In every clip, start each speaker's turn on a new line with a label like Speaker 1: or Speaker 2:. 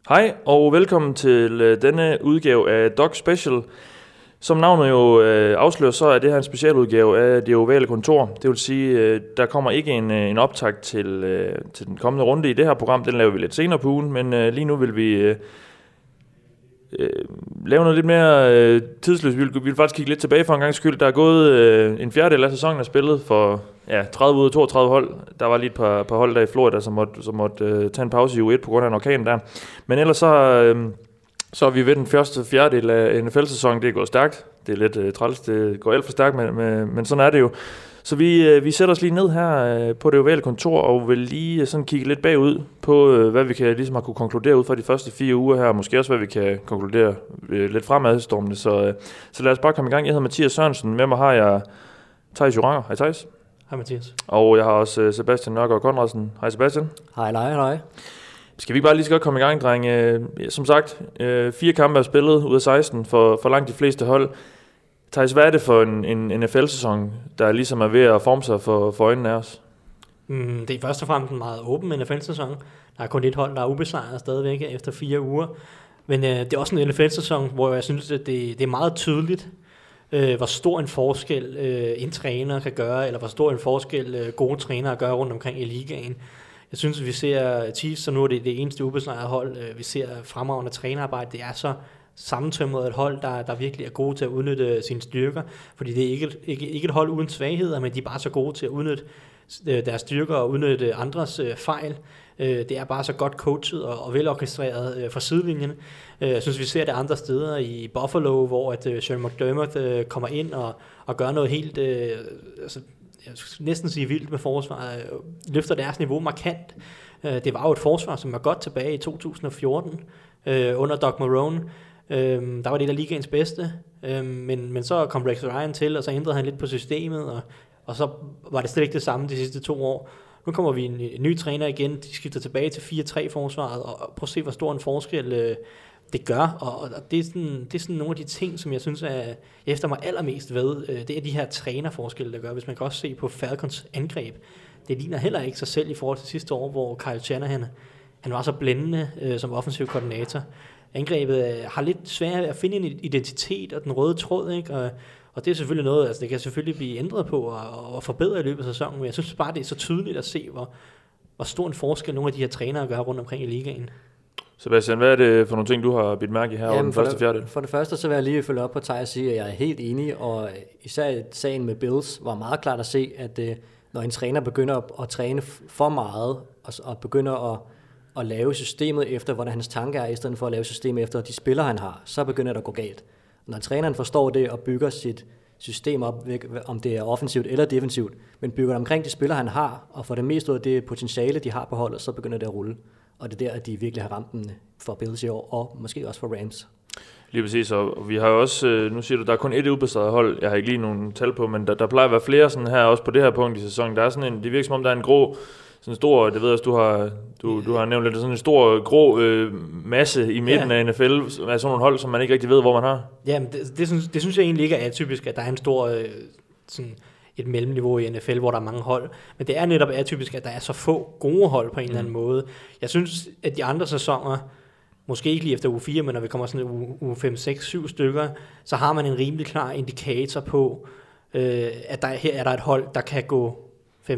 Speaker 1: Hej og velkommen til denne udgave af Doc Special. Som navnet jo afslører, så er det her en specialudgave af Det Ovale Kontor. Det vil sige, der kommer ikke en optakt til den kommende runde i det her program. Den laver vi lidt senere på ugen, men lige nu vil vi lave noget lidt mere tidsløst. Vi vil faktisk kigge lidt tilbage for en gang skyld. Der er gået en fjerdedel af sæsonen er spillet for 30 ud af 32 hold. Der var lige et par hold der i Florida, som måtte tage en pause i U1 på grund af en orkan der. Men ellers så er vi ved den første fjerdedel af NFL-sæsonen. Det er gået stærkt. Det er lidt træls. Det går alt for stærkt, men sådan er det jo. Så vi sætter os lige ned her på Det Ovale Kontor og vil lige sådan kigge lidt bagud på, hvad vi kan ligesom have kunne konkludere ud fra de første 4 uger her. Måske også, hvad vi kan konkludere lidt fremadstormende. Så lad os bare komme i gang. Jeg hedder Mathias Sørensen. Med mig har jeg Thijs Joranger. Hej Thijs.
Speaker 2: Hej Mathias.
Speaker 1: Og jeg har også Sebastian Nørgaard Conradsen. Hej Sebastian.
Speaker 3: Hej.
Speaker 1: Skal vi bare lige så godt komme i gang, drenge? Som sagt, 4 kampe er spillet ud af 16 for langt de fleste hold. Thijs, hvad er det for en NFL-sæson, der ligesom er ved at forme sig for øjnene af os?
Speaker 2: Det er først og fremmest en meget åben NFL-sæson. Der er kun et hold, der er ubesejret stadigvæk efter 4 uger. Men det er også en NFL-sæson, hvor jeg synes, at det er meget tydeligt, hvor stor en forskel en træner kan gøre, eller hvor stor en forskel gode trænere gør rundt omkring i ligaen. Jeg synes, at vi ser Chiefs, så nu er det eneste ubesejrede hold. Vi ser fremragende trænerarbejde. Det er så sammentømret et hold, der virkelig er gode til at udnytte sine styrker, fordi det er ikke et hold uden svagheder, men de er bare så gode til at udnytte deres styrker og udnytte andres fejl. Det er bare så godt coachet og velorkestreret fra sidelinjen. Jeg synes, vi ser det andre steder i Buffalo, hvor at Sean McDermott kommer ind og gør noget helt jeg skal næsten sige vildt med forsvaret, løfter deres niveau markant. Det var jo et forsvar, som var godt tilbage i 2014 under Doug Marrone. Der var det der ligaens bedste, men så kom Rex Ryan til, og så ændrede han lidt på systemet, og så var det slet ikke det samme de sidste 2 år. Nu kommer vi en ny træner igen, de skifter tilbage til 4-3-forsvaret, og prøv at se, hvor stor en forskel det gør, og det er sådan nogle af de ting, som jeg synes, jeg efter mig allermest ved, det er de her trænerforskelle, der gør. Hvis man kan også se på Falcons angreb, det ligner heller ikke sig selv i forhold til sidste år, hvor Kyle Shanahan, han var så blændende som offensiv koordinator. Angrebet har lidt svært at finde en identitet og den røde tråd, ikke? Og det er selvfølgelig noget, altså det kan selvfølgelig blive ændret på og forbedret i løbet af sæsonen, men jeg synes bare, det er så tydeligt at se, hvor stor en forskel nogle af de her trænere gør rundt omkring i ligaen.
Speaker 1: Sebastian, hvad er det for nogle ting, du har bidt mærke i her over den første fjerdedel?
Speaker 3: For det første, så vil jeg lige følge op på Thijs og sige, at jeg er helt enig, og især sagen med Bills var meget klart at se, at når en træner begynder at træne for meget, og begynder at lave systemet efter, hvordan hans tanker er, i stedet for at lave systemet efter de spillere, han har, så begynder det at gå galt. Når træneren forstår det og bygger sit system op, om det er offensivt eller defensivt, men bygger det omkring de spillere, han har, og får det mest ud af det potentiale, de har på holdet, så begynder det at rulle. Og det er der, at de virkelig har ramt den for Bills i år, og måske også for Rams.
Speaker 1: Lige præcis, og vi har jo også, nu siger du, der er kun 1 ubesejret hold, jeg har ikke lige nogen tal på, men der plejer at være flere sådan her, også på det her punkt i sæsonen. Der er sådan en, det virker som om, der er en grå, sådan en stor, det ved jeg også, du har nævnt lidt, sådan en stor grå masse i midten af NFL, af sådan nogle hold, som man ikke rigtig ved, hvor man har.
Speaker 2: Jamen, det synes jeg egentlig ikke er atypisk, at der er en stor sådan et mellemniveau i NFL, hvor der er mange hold. Men det er netop atypisk, at der er så få gode hold på en eller anden måde. Jeg synes, at de andre sæsoner, måske ikke lige efter uge 4, men når vi kommer sådan uge 5, 6, 7 stykker, så har man en rimelig klar indikator på, at her er der et hold, der kan gå 15-1, 14-2,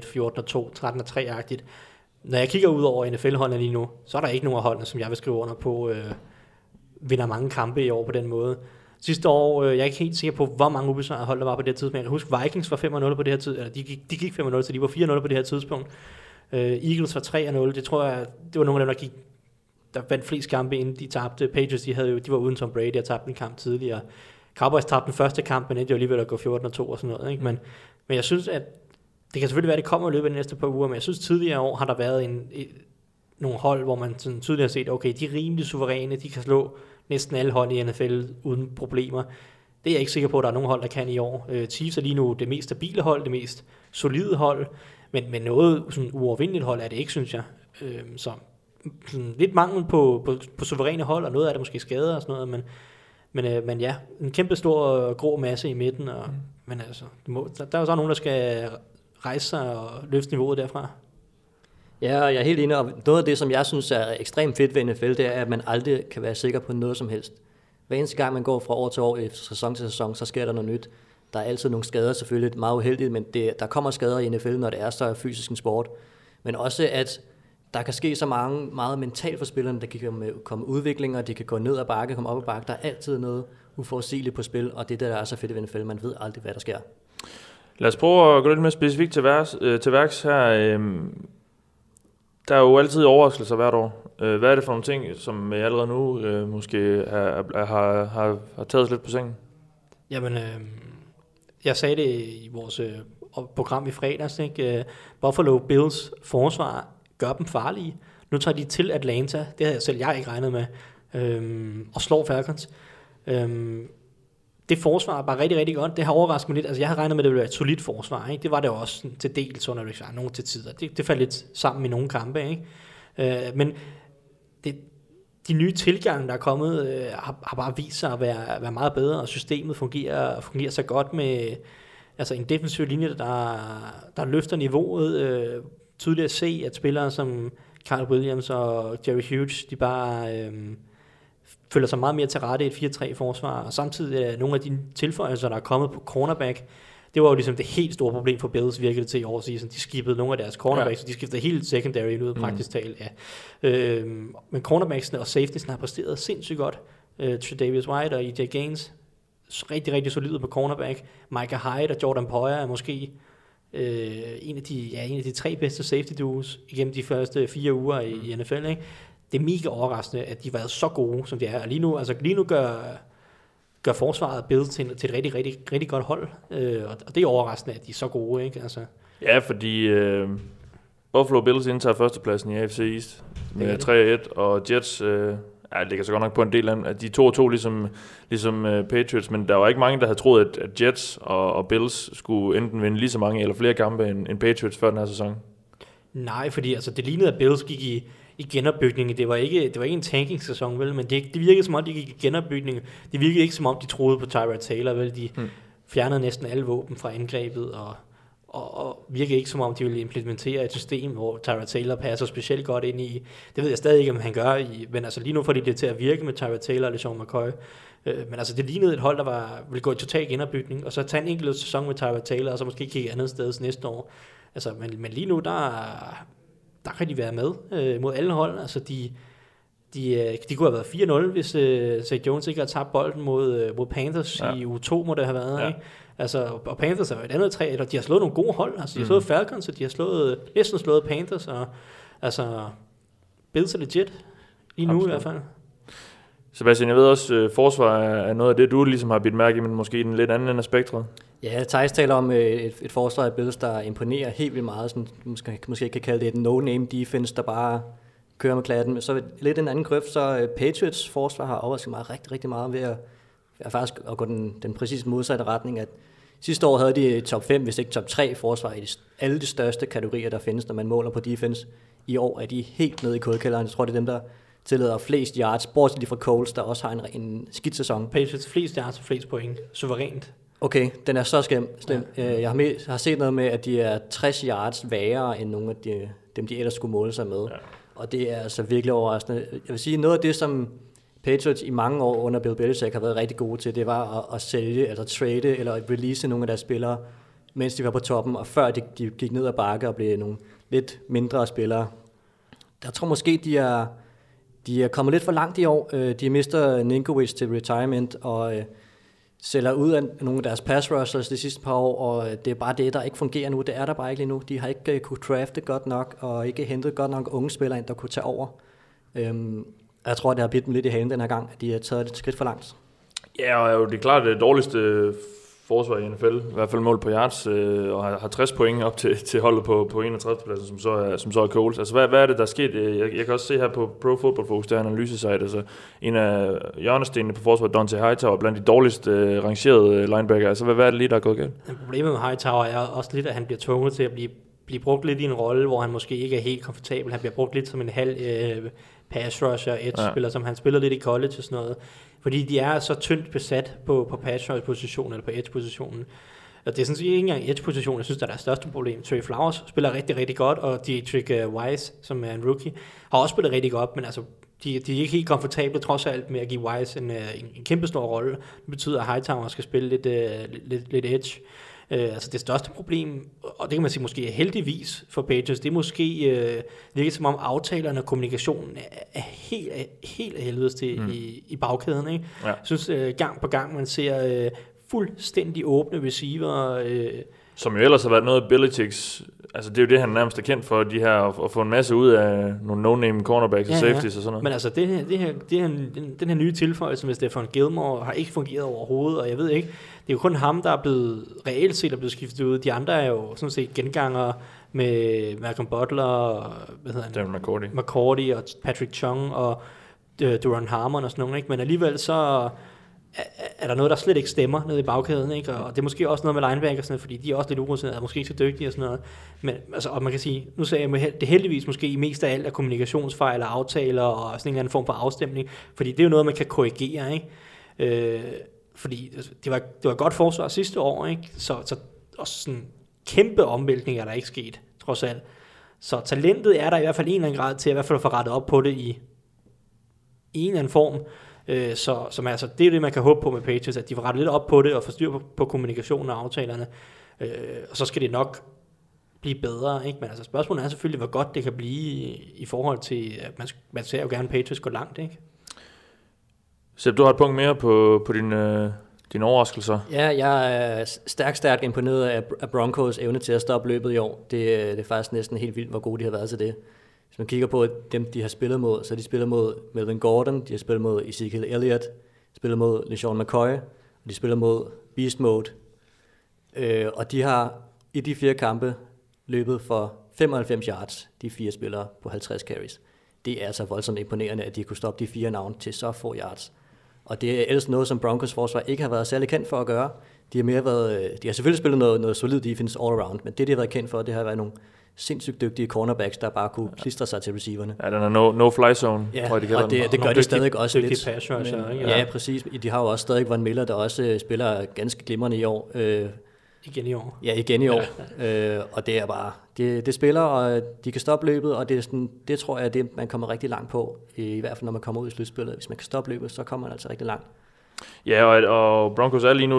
Speaker 2: 13-3-agtigt. Når jeg kigger ud over NFL-holdene lige nu, så er der ikke nogen af holdene, som jeg vil skrive under på, vinder mange kampe i år på den måde. Sidste år, jeg er ikke helt sikker på, hvor mange ubesejrede hold der var på det her tidspunkt. Jeg kan huske, Vikings var 5-0 på det her tidspunkt, eller de gik 5-0, så de var 4-0 på det her tidspunkt. Eagles var 3-0, det tror jeg, det var nogle af dem, der vandt flest kampe, inden de tabte. Patriots, de var uden Tom Brady og tabte en kamp tidligere. Cowboys tabte den første kamp, men endte jo alligevel at gå 14-2 og sådan noget. Ikke? Men jeg synes, at det kan selvfølgelig være, at det kommer i løbet af de næste par uger, men jeg synes, tidligere år har der været nogle hold, hvor man sådan tydeligt har set, okay, de er rimelig suveræne, de kan slå næsten alle hold i NFL uden problemer. Det er jeg ikke sikker på, at der er nogen hold, der kan i år. Chiefs er lige nu det mest stabile hold, det mest solide hold, men noget sådan uovervindeligt hold er det ikke, synes jeg. Så sådan lidt mangel på suveræne hold, og noget af det måske skader og sådan noget, men ja, en kæmpe stor grå masse i midten, men altså, der er jo så nogen, der skal rejse sig og løfte niveauet derfra.
Speaker 3: Ja, og jeg er helt enig, og noget af det, som jeg synes er ekstremt fedt ved NFL, det er, at man aldrig kan være sikker på noget som helst. Hver eneste gang, man går fra år til år, sæson til sæson, så sker der noget nyt. Der er altid nogle skader, selvfølgelig meget uheldigt, men der kommer skader i NFL, når det er så fysisk en sport. Men også, at der kan ske så meget mentalt for spillerne, der kan komme udviklinger, de kan gå ned ad bakke, komme op ad bakke. Der er altid noget uforudsigeligt på spil, og det der er så fedt ved NFL, man ved aldrig, hvad der sker.
Speaker 1: Lad os prøve at gå lidt mere specifikt til værks her. Der er jo altid overraskelser hvert år. Hvad er det for nogle ting, som jeg allerede nu måske har taget os lidt på sengen?
Speaker 2: Jamen, jeg sagde det i vores program i fredags, ikke? Buffalo Bills forsvar gør dem farlige. Nu tager de til Atlanta, det havde selv jeg ikke regnet med, og slår Falcons. Det forsvar er bare rigtig, rigtig godt. Det har overrasket mig lidt. Altså, jeg havde regnet med, at det ville være et solidt forsvar. Ikke? Det var det også til dels under Rick Sark, nogle til tider. Det faldt lidt sammen i nogle kampe. Ikke? Men de nye tilgange, der er kommet, har bare vist sig at være meget bedre, og systemet fungerer så godt med en defensiv linje, der løfter niveauet. Tydeligt at se, at spillere som Carl Williams og Jerry Hughes, de bare føler sig meget mere til rette i et 4-3-forsvar, og samtidig nogle af de tilføjelser, der er kommet på cornerback, det var jo ligesom det helt store problem for Bills, virkede det til i årsseason. De skippede nogle af deres cornerbacks, så de skiftede helt secondary ud praktisk talt. Ja. Men cornerbacksene og safetiesne har præsteret sindssygt godt. Tre'Davious White og EJ Gaines, rigtig, rigtig solide på cornerback. Micah Hyde og Jordan Poyer er måske en af de 3 bedste safety duos igennem de første 4 uger i NFL, ikke? Det er mega overraskende, at de har været så gode, som de er. Og lige nu gør forsvaret Bills til et rigtig, rigtig, rigtig godt hold. Og det er overraskende, at de er så gode, ikke? Altså.
Speaker 1: Ja, fordi Buffalo Bills indtager førstepladsen i AFC East med 3-1, og Jets ligger så godt nok på en del af de 2-2, ligesom Patriots, men der var ikke mange, der havde troet, at Jets og Bills skulle enten vinde lige så mange eller flere kampe end Patriots før den her sæson.
Speaker 2: Nej, fordi altså, det lignede, at Bills gik i genopbygning. Det var ikke en tanking-sæson, vel? Men det virkede som om, de gik i genopbygning. Det virkede ikke som om, de troede på Tyrod Taylor, vel? De fjernede næsten alle våben fra angrebet, og virkede ikke som om, de ville implementere et system, hvor Tyrod Taylor passer specielt godt ind i. Det ved jeg stadig ikke, om han gør, men altså lige nu får de det til at virke med Tyrod Taylor og LeSean McCoy. Men altså det lignede et hold, der ville gå i total genopbygning, og så tage en enkelt sæson med Tyrod Taylor, og så måske kigge andet sted næste år. Altså, men lige nu, der kan de være med mod alle hold. Altså, de kunne have været 4-0, hvis Zay Jones ikke havde tabt bolden mod Panthers i uge 2, må det have været. Ja. Ikke? Altså, og Panthers er jo et andet 3, eller de har slået nogle gode hold. Altså, de har slået Falcons, og de har næsten slået Panthers. Og, altså, Bills er legit. Lige nu i hvert fald.
Speaker 1: Sebastian, jeg ved også, forsvar er noget af det, du ligesom har bidt mærke i, men måske i en lidt anden ende af spektret.
Speaker 3: Ja, Thijs taler om et forsvar af Bills, der imponerer helt vildt meget. Sådan, måske kan kalde det et no-name defense, der bare kører med klatten. Så lidt en anden grøft, så Patriots forsvar har overrasket mig rigtig, rigtig meget ved at faktisk at gå den præcis modsatte retning. At sidste år havde de top 5, hvis ikke top 3 forsvar i alle de største kategorier, der findes, når man måler på defense. I år er de helt nede i kodkælderen. Jeg tror, det er dem, der tillader flest yards, bortset lige fra Colts, der også har en skidt sæson.
Speaker 2: Patriots flest yards og flest point, suverænt.
Speaker 3: Okay, den er så slem. Ja. Jeg har set noget med, at de er 60 yards værre end nogle af dem, de ellers skulle måle sig med. Ja. Og det er altså virkelig overraskende. Jeg vil sige, noget af det, som Patriots i mange år under Bill Belichick har været rigtig gode til, det var at sælge, eller trade, eller release nogle af deres spillere, mens de var på toppen, og før de gik ned ad bakke og blev nogle lidt mindre spillere. Jeg tror måske, de er kommet lidt for langt i år. De mister Ninkovich til retirement, og sælger ud af nogle af deres pass rushers de sidste par år, og det er bare det, der ikke fungerer nu. Det er der bare ikke lige nu. De har ikke kunne drafte godt nok, og ikke hentet godt nok unge spillere ind, der kunne tage over. Jeg tror, det har bidt dem lidt i halen den her gang, at de har taget et skridt for langt. Ja,
Speaker 1: og det er klart det dårligste forsvar i NFL, i hvert fald mål på yards, og har 60 point op til holdet på 31. pladsen, som så er Colts. Altså, hvad er det, der er sket? Jeg kan også se her på Pro Football Focus, der er analysesite, altså en af hjørnestenene på forsvaret, Dante Hightower, blandt de dårligst rangerede linebacker. Altså, hvad er det lige, der er gået galt?
Speaker 2: Problemet med Hightower er også lidt, at han bliver tvunget til at blive brugt lidt i en rolle, hvor han måske ikke er helt komfortabel. Han bliver brugt lidt som en halv pass rusher, edge-spiller, som han spiller lidt i college og sådan noget. Fordi de er så tyndt besat på pass rush-positionen, eller på edge-positionen. Og det er sådan set ikke engang edge-position, jeg synes, der er deres største problem. Trey Flowers spiller rigtig, rigtig godt, og Dietrich Wise, som er en rookie, har også spillet rigtig godt, men altså, de er ikke helt komfortable trods alt med at give Wise en kæmpe stor rolle. Det betyder, at Hightower skal spille lidt edge. Altså det største problem, og det kan man sige måske heldigvis for Patriots, det er måske virker som om aftalerne og kommunikationen er helt af helvedes til i bagkæden. Ikke? Ja. Jeg synes gang på gang, man ser fuldstændig åbne receiver.
Speaker 1: Som jo ellers har været noget af Belichicks, altså det er jo det, han nærmest er kendt for, de her, at få en masse ud af nogle no-name cornerbacks og safeties og sådan noget.
Speaker 2: Men altså den her nye tilføjelse med Stephon Gilmore har ikke fungeret overhovedet, og jeg ved ikke, det er jo kun ham, der er blevet reelt set blevet skiftet ud. De andre er jo sådan set genganger med Malcolm Butler og McCourty og Patrick Chung og Duron Harmon og sådan noget, ikke? Men alligevel så er der noget, der slet ikke stemmer nede i bagkæden, ikke? Og det er måske også noget med linebackersne, fordi de er også lidt urutinerede, måske ikke så dygtige og sådan noget. Men altså, og man kan sige, nu sagde jeg, det heldigvis måske i mest af alt er kommunikationsfejl og aftaler og sådan en eller anden form for afstemning, fordi det er jo noget, man kan korrigere, ikke? Fordi det var godt forsvar sidste år, ikke? Så også sådan kæmpe omvæltning er der ikke sket, trods alt. Så talentet er der i hvert fald en eller anden grad til at i hvert fald få rettet op på det i en eller anden form. Som altså, det er det, man kan håbe på med Patriots, at de får rettet lidt op på det og får styr på kommunikationen og aftalerne. Og så skal det nok blive bedre, ikke? Men altså, spørgsmålet er selvfølgelig, hvor godt det kan blive i forhold til, at man ser jo gerne Patriots gå langt, ikke?
Speaker 1: Sepp, du har et punkt mere på dine overraskelser.
Speaker 3: Ja, jeg er stærkt imponeret af Broncos evne til at stoppe løbet i år. Det er faktisk næsten helt vildt, hvor gode de har været til det. Hvis man kigger på dem, de har spillet mod, så de spiller mod Melvin Gordon, de har spillet mod Ezekiel Elliott, de spiller mod LeSean McCoy, og de spiller mod Beast Mode. Og de har i de 4 kampe løbet for 95 yards, de 4 spillere på 50 carries. Det er altså voldsomt imponerende, at de kunne stoppe de 4 navne til så få yards. Og det er ellers noget, som Broncos forsvar ikke har været særlig kendt for at gøre. De har selvfølgelig spillet noget solid defense all around, men det, de har været kendt for, det har været nogle sindssygt dygtige cornerbacks, der bare kunne klistre sig til receiverne.
Speaker 1: Ja, den er no-fly zone,
Speaker 3: ja,
Speaker 1: tror jeg, de kalder
Speaker 3: og det gør de stadig også lidt.
Speaker 2: Pass rusher, ikke?
Speaker 3: Ja, præcis. De har jo også stadig Von Miller, der også spiller ganske glimrende i år.
Speaker 2: Igen i år.
Speaker 3: Ja, igen i år. Og det er bare, det spiller, og de kan stoppe løbet, og det tror jeg er det, man kommer rigtig langt på, i hvert fald når man kommer ud i slutspillet. Hvis man kan stoppe løbet, så kommer man altså rigtig langt. Ja,
Speaker 1: og Broncos er lige nu,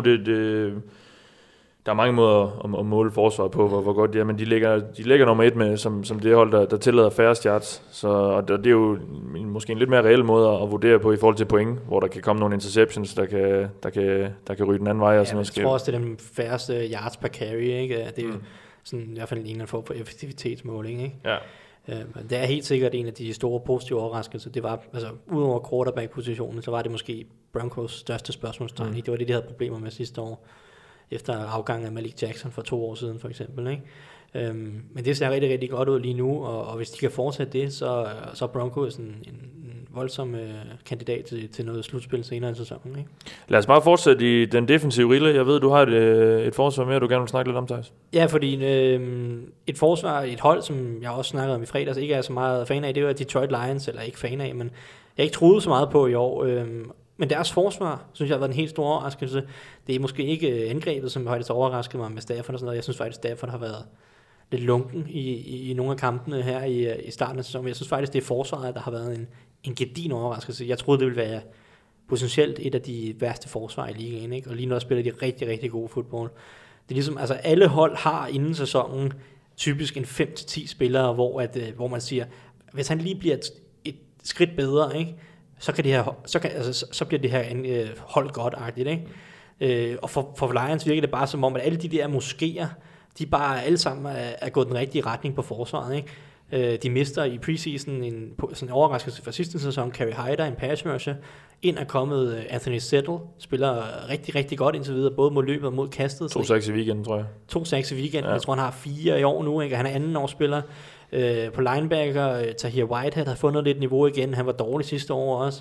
Speaker 1: der er mange måder at måle forsvaret på, hvor godt de er, men de ligger nummer 1 med, som det hold, der tillader færrest yards. Og det er jo måske en lidt mere reel måde at vurdere på i forhold til point, hvor der kan komme nogle interceptions, der kan ryge den anden vej. Og sådan
Speaker 2: jeg tror også, det er den færreste yards per carry, ikke? Det er sådan, i hvert fald en form for effektivitetsmåling, ikke? Ja. Men det er helt sikkert en af de store positive overraskelser. Det var, altså udover quarterback-positionen, så var det måske Broncos største spørgsmålstegn. Det var det, de havde problemer med sidste år, efter afgangen af Malik Jackson for 2 år siden, for eksempel, ikke? Men det ser rigtig, rigtig godt ud lige nu, og hvis de kan fortsætte det, så er Broncos en voldsom kandidat til noget slutspil senere i sæsonen, ikke?
Speaker 1: Lad os bare fortsætte i den defensive rille. Jeg ved, du har et forsvar mere, du gerne vil snakke lidt om, Thijs.
Speaker 2: Ja, fordi et forsvar, et hold, som jeg også snakkede om i fredags, ikke er så meget fan af, det var Detroit Lions, eller ikke fan af, men jeg ikke troede så meget på i år. Men deres forsvar, synes jeg, har været en helt stor overraskelse. Det er måske ikke angrebet, som faktisk overraskede mig med Stafford og sådan noget. Jeg synes faktisk, Stafford har været lidt lunken i nogle af kampene her i starten af sæsonen. Jeg synes faktisk, det er forsvaret, der har været en gedin overraskelse. Jeg troede, det ville være potentielt et af de værste forsvar i ligaen, ikke? Og lige nu spiller de rigtig, rigtig god fodbold. Det er ligesom, altså alle hold har inden sæsonen typisk en 5-10 spillere, hvor man siger, hvis han lige bliver et skridt bedre, ikke? Så bliver det her hold godt-agtigt, ikke? Og for Lions virker det bare som om, at alle de der moskéer, de bare alle sammen er gået den rigtige retning på forsvaret, ikke? De mister i preseason sådan en overraskelse fra sidste sæson, Kerry Hyder, en pass rusher. Ind er kommet Anthony Settle, spiller rigtig, rigtig godt indtil videre, både mod løbet og mod kastet.
Speaker 1: 2 sacks i weekenden, tror jeg.
Speaker 2: 2 sacks i weekenden, ja. Jeg tror, han har 4 i år nu, ikke? Han er anden årsspiller. På linebacker, Tahir Whitehead har fundet lidt niveau igen. Han var dårlig sidste år også.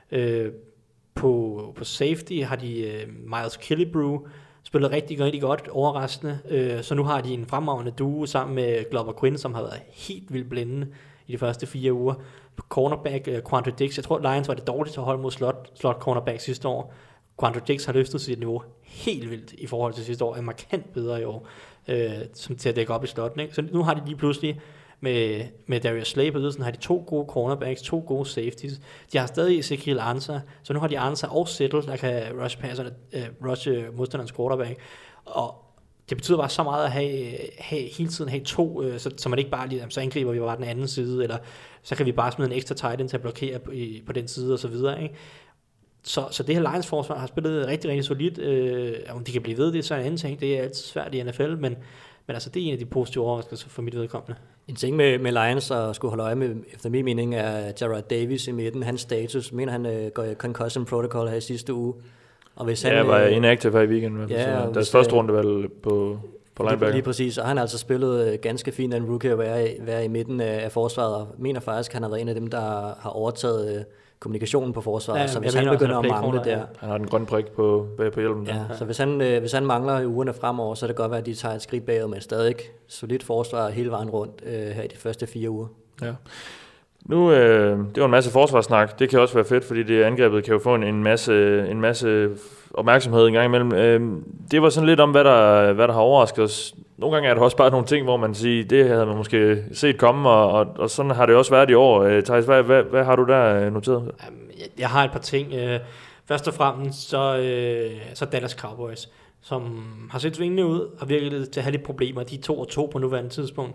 Speaker 2: På safety har de Miles Killebrew, spillet rigtig, rigtig godt, overraskende. Så nu har de en fremragende duo sammen med Glover Quinn, som har været helt vildt blændende i de første 4 uger. På cornerback, Quandre Diggs. Jeg tror, Lions var det dårligste hold mod slot cornerback sidste år. Quandre Diggs har løftet sit niveau helt vildt i forhold til sidste år, er markant bedre i år, som til at dække op i slotten. Ikke? Så nu har de lige pludselig med Darius Slay på ydelsen, har de 2 gode cornerbacks, 2 gode safeties. De har stadig Ezekiel Ansah, så nu har de Ansah og Settle, der kan rush modstanderens quarterback. Og det betyder bare så meget at hele tiden have 2, så man ikke bare lige, så angriber vi bare den anden side, eller så kan vi bare smide en ekstra tight end til at blokere på den side og så videre, ikke? Så det her Lions forsvar har spillet rigtig, rigtig solidt. Om de kan blive ved det, så er en anden ting. Det er altid svært i NFL, men altså det er en af de positive overraskelser for mit vedkommende.
Speaker 3: En ting med Lions at skulle holde øje med, efter min mening, er Jarrad Davis i midten. Hans status, mener han går i concussion protocol her i sidste uge. Og hvis han
Speaker 1: var inactive her i weekenden.
Speaker 3: Ja,
Speaker 1: deres første runde valg på linebacker.
Speaker 3: Lige præcis, og han har altså spillet ganske fint en rookie at være i midten af forsvaret, og mener faktisk, at han har været en af dem, der har overtaget kommunikationen på forsvaret, så hvis han begynder at mangle der...
Speaker 1: Han har den grønne prik på hjelmen.
Speaker 3: Ja, så hvis han mangler i ugerne fremover, så er det godt være, at de tager et skridt bagud, men stadig solidt forsvar hele vejen rundt her i de første 4 uger.
Speaker 1: Ja. Nu, det var en masse forsvarssnak. Det kan også være fedt, fordi det angrebet kan jo få en masse opmærksomhed en gang imellem. Det var sådan lidt om, hvad der har overrasket os. Nogle gange er der også bare nogle ting, hvor man siger, det havde man måske set komme, og sådan har det også været i år. Thijs, hvad har du der noteret?
Speaker 2: Jeg har et par ting. Først og fremmest så Dallas Cowboys, som har set svingende ud og virkelig til at have lidt problemer. De er 2-2 på nuværende tidspunkt.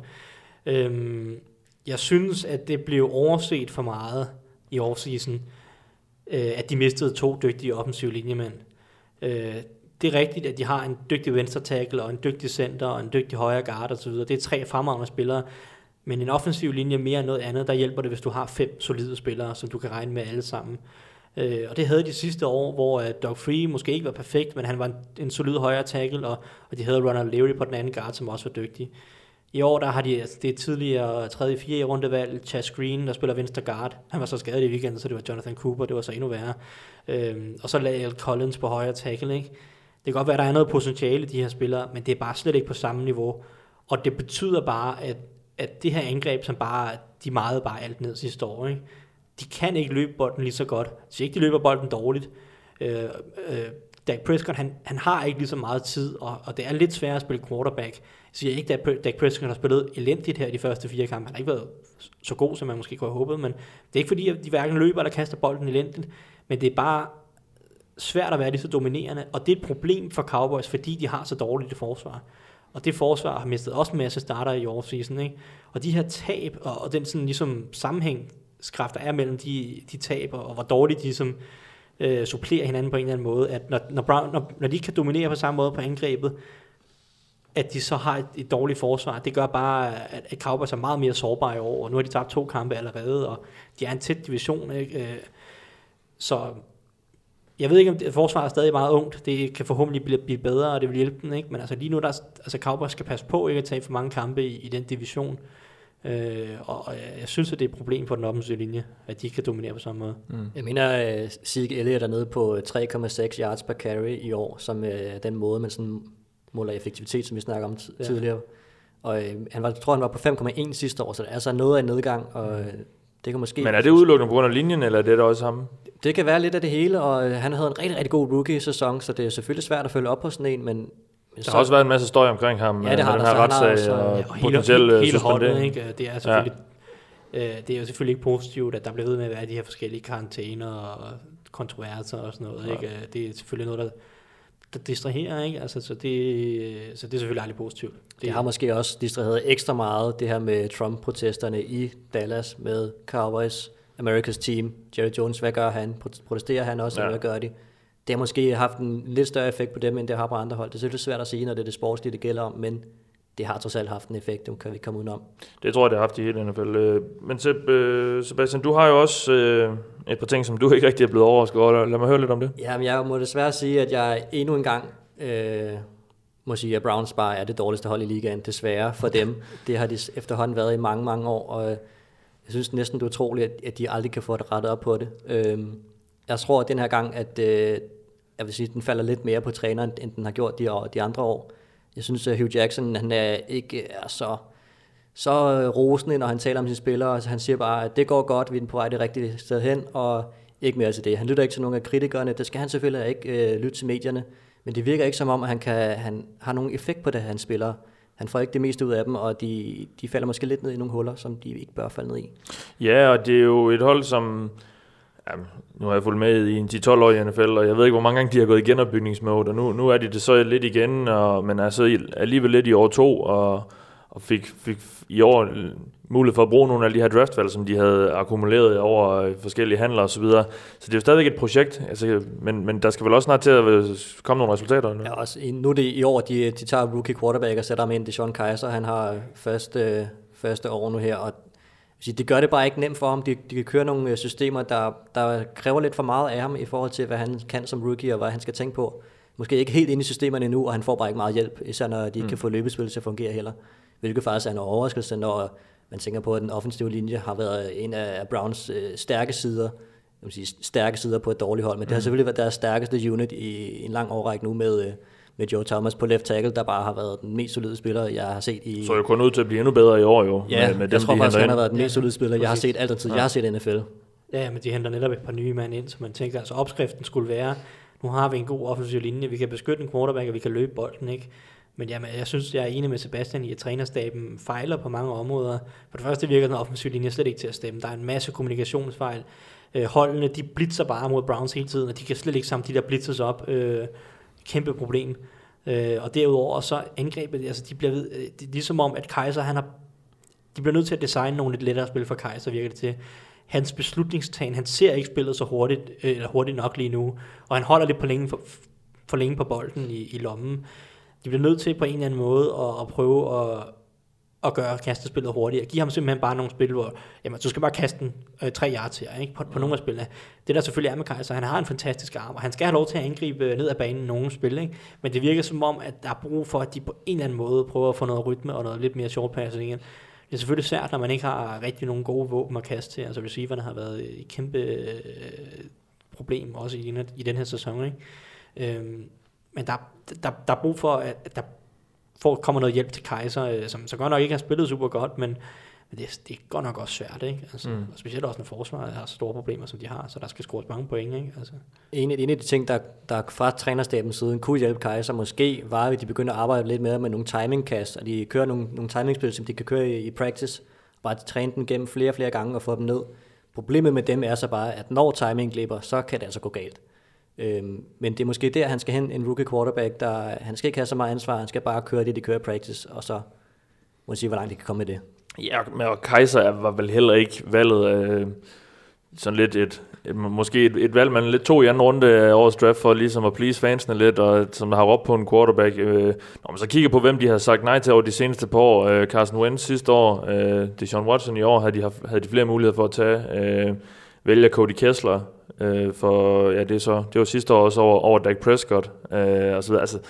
Speaker 2: Jeg synes, at det blev overset for meget i offseason, at de mistede 2 dygtige offensive linjemænd. Det er rigtigt, at de har en dygtig venstre tackle og en dygtig center og en dygtig højre guard osv. Det er 3 fremragende spillere, men en offensiv linje mere end noget andet, der hjælper det, hvis du har 5 solide spillere, som du kan regne med alle sammen. Og det havde de sidste år, hvor Doug Free måske ikke var perfekt, men han var en solid højre tackle, og de havde Ronald Leary på den anden guard, som også var dygtig. I år der har de, altså det tidligere 3.-4. rundevalg, Chas Green, der spiller venstre guard. Han var så skadet i weekenden, så det var Jonathan Cooper, det var så endnu værre. Og så La'el Collins på højre tackle, ikke? Det kan godt være, at der er noget potentiale i de her spillere, men det er bare slet ikke på samme niveau. Og det betyder bare, at det her angreb, som de meget bare alt ned sidste år, ikke? De kan ikke løbe bolden lige så godt. Så ikke de løber bolden dårligt. Dak Prescott, han har ikke lige så meget tid, og det er lidt svært at spille quarterback. Jeg siger ikke, at Dak Prescott har spillet elendigt her de første 4 kampe. Han har ikke været så god, som man måske kunne have håbet, men det er ikke fordi, at de hverken løber eller kaster bolden elendigt, men det er bare svært at være lige så dominerende, og det er et problem for Cowboys, fordi de har så dårligt et forsvar. Og det forsvar har mistet også en masse starter i offseason, ikke? Og de her tab, og den sådan ligesom sammenhængskraft, der er mellem de tab, og hvor dårligt de ligesom supplerer hinanden på en eller anden måde, at når de kan dominere på samme måde på angrebet, at de så har et dårligt forsvar, det gør bare, at Cowboys er meget mere sårbare i år, og nu har de tabt 2 kampe allerede, og de er en tæt division, ikke? Så jeg ved ikke, om forsvaret er stadig meget ungt, det kan forhåbentlig blive bedre, og det vil hjælpe dem, ikke? Men altså lige nu, Cowboys skal passe på ikke at tage for mange kampe i den division, og jeg synes, at det er et problem for den offensive linje, at de ikke kan dominere på samme måde.
Speaker 3: Jeg mener, Zeke Elliott er nede på 3,6 yards per carry i år, som den måde, man sådan måler effektivitet, som vi snakker om tidligere. Og han var på 5,1 sidste år, så det er altså noget af en nedgang, og det kan måske...
Speaker 1: Men er det udelukkende på grund af linjen, eller er det der også ham?
Speaker 3: Det kan være lidt af det hele, og han havde en rigtig, rigtig god rookie-sæson, så det er selvfølgelig svært at følge op på sådan en, men...
Speaker 1: Der har også været en masse støj omkring ham,
Speaker 3: ja, det har
Speaker 1: den her retssag og potentielt suspendering.
Speaker 2: Det er selvfølgelig... Det er jo selvfølgelig ikke positivt, at der bliver ved med at være de her forskellige karantæner og kontroverser og sådan noget. Ikke? Det er selvfølgelig noget, der distraherer, ikke? Altså, så det er selvfølgelig aldrig positivt.
Speaker 3: Det har måske også distraheret ekstra meget, det her med Trump-protesterne i Dallas med Cowboys, America's Team. Jerry Jones, hvad gør han? Protesterer han også, eller hvad gør de? Det har måske haft en lidt større effekt på dem, end det har på andre hold. Det er selvfølgelig svært at sige, når det er det sportslige, det gælder om, men det har trods alt haft en effekt, det kan vi komme udenom.
Speaker 1: Det tror jeg, det har haft i hele NFL. Men Sebastian, du har jo også et par ting, som du ikke rigtig er blevet overrasket over. Lad mig høre lidt om det.
Speaker 3: Jamen, jeg må desværre sige, at jeg endnu en gang må sige, at Browns bare er det dårligste hold i ligaen, desværre for dem. Det har de efterhånden været i mange, mange år, og jeg synes næsten, det er utroligt, at de aldrig kan få det rettet op på det. Jeg tror at den her gang, at jeg vil sige, den falder lidt mere på træneren, end den har gjort de andre år. Jeg synes, at Hugh Jackson, han er ikke så rosende, når han taler om sine spillere. Altså, han siger bare, at det går godt, vi er på vej det rigtige sted hen, og ikke mere til det. Han lytter ikke til nogen af kritikerne. Det skal han selvfølgelig ikke lytte til medierne. Men det virker ikke som om, at han har nogen effekt på det, han spiller. Han får ikke det meste ud af dem, og de falder måske lidt ned i nogle huller, som de ikke bør falde ned i.
Speaker 1: Ja, og det er jo et hold, som... Jamen, nu har jeg fulgt med i en 10-12 år i NFL, og jeg ved ikke, hvor mange gange de har gået i genopbygningsmode, og nu er de det så lidt igen, men altså alligevel lidt i år 2, og fik i år mulighed for at bruge nogle af de her draftvalg, som de havde akkumuleret over forskellige handler og så videre. Så det er jo stadigvæk et projekt, altså, men der skal vel også snart til at komme nogle resultater.
Speaker 3: Ja, også, nu er det i år, de tager rookie quarterback og sætter ham ind, DeShone Kizer. Han har første år nu her, og det gør det bare ikke nemt for ham. De kan køre nogle systemer, der kræver lidt for meget af ham i forhold til, hvad han kan som rookie og hvad han skal tænke på. Måske ikke helt inde i systemerne endnu, og han får bare ikke meget hjælp, især når de ikke kan få løbespil til at fungere heller. Hvilket faktisk er en overraskelse, når man tænker på, at den offensive linje har været en af Browns stærke sider på et dårligt hold, men det har selvfølgelig været deres stærkeste unit i en lang årrække nu med Joe Thomas på left tackle, der bare har været den mest solide spiller, jeg har set i...
Speaker 1: Så er jo kun ud til at blive endnu bedre i år jo.
Speaker 3: Ja, med jeg tror faktisk, han har været den mest solide spiller, jeg har set altid. Jeg har set NFL.
Speaker 2: Ja, men de henter netop et par nye mand ind, så man tænker, altså opskriften skulle være, nu har vi en god offensiv linje, vi kan beskytte en quarterback, og vi kan løbe bolden, ikke? Men jamen, jeg synes, jeg er enig med Sebastian i, at trænerstaben fejler på mange områder. For det første virker den offensive linje slet ikke til at stemme. Der er en masse kommunikationsfejl. Holdene, de blitzer bare mod Browns hele tiden, og de kan slet ikke samle de der blitzers op. Kæmpe problem. Og derudover så angrebet, altså de bliver ligesom om, at Kizer, de bliver nødt til at designe nogle lidt lettere spil for Kizer, virker det til. Hans beslutningstagen, han ser ikke spillet så hurtigt nok lige nu, og han holder lidt for længe på bolden i lommen. De bliver nødt til på en eller anden måde at prøve at gøre kastespillet hurtigere. Giv ham simpelthen bare nogle spil, hvor jamen, du skal bare kaste den 3 yards her, ikke? På nogle af spillene. Det der selvfølgelig er med Kizer, han har en fantastisk arm, og han skal have lov til at angribe ned ad banen i nogle spil, ikke? Men det virker som om, at der er brug for, at de på en eller anden måde prøver at få noget rytme og noget lidt mere short passing igen. Det er selvfølgelig sært, når man ikke har rigtig nogle gode våben at kaste til. Altså receiverne har været et kæmpe problem også i den her sæson, ikke? Men der er brug for, at der kommer noget hjælp til Kizer, som så godt nok ikke har spillet super godt, men det er godt nok også svært, ikke? Altså, og specielt også når forsvaret har store problemer, som de har, så der skal scores mange point, ikke? Altså.
Speaker 3: En af de ting, der fra trænerstabens siden kunne hjælpe Kizer måske, var, at de begynder at arbejde lidt med nogle timingkast, og de kører nogle timingspil, som de kan køre i practice, bare træne den gennem flere gange og få dem ned. Problemet med dem er så bare, at når timing glipper, så kan det altså gå galt. Men det er måske der, han skal hen en rookie quarterback, han skal ikke have så meget ansvar, han skal bare køre det, de kører i practice, og så må man sige, hvor langt de kan komme med det.
Speaker 1: Ja, men Kizer var vel heller ikke valget sådan lidt måske et valg, man lidt tog i anden runde af årets draft for ligesom at please fansene lidt, og som der har råbt på en quarterback. Når man så kigger på, hvem de har sagt nej til over de seneste par år, Carson Wentz sidste år, Deshaun Watson i år, havde de flere muligheder for at tage. Vælger Cody Kessler, for ja, det var sidste år også over Dak Prescott, og så videre. Altså,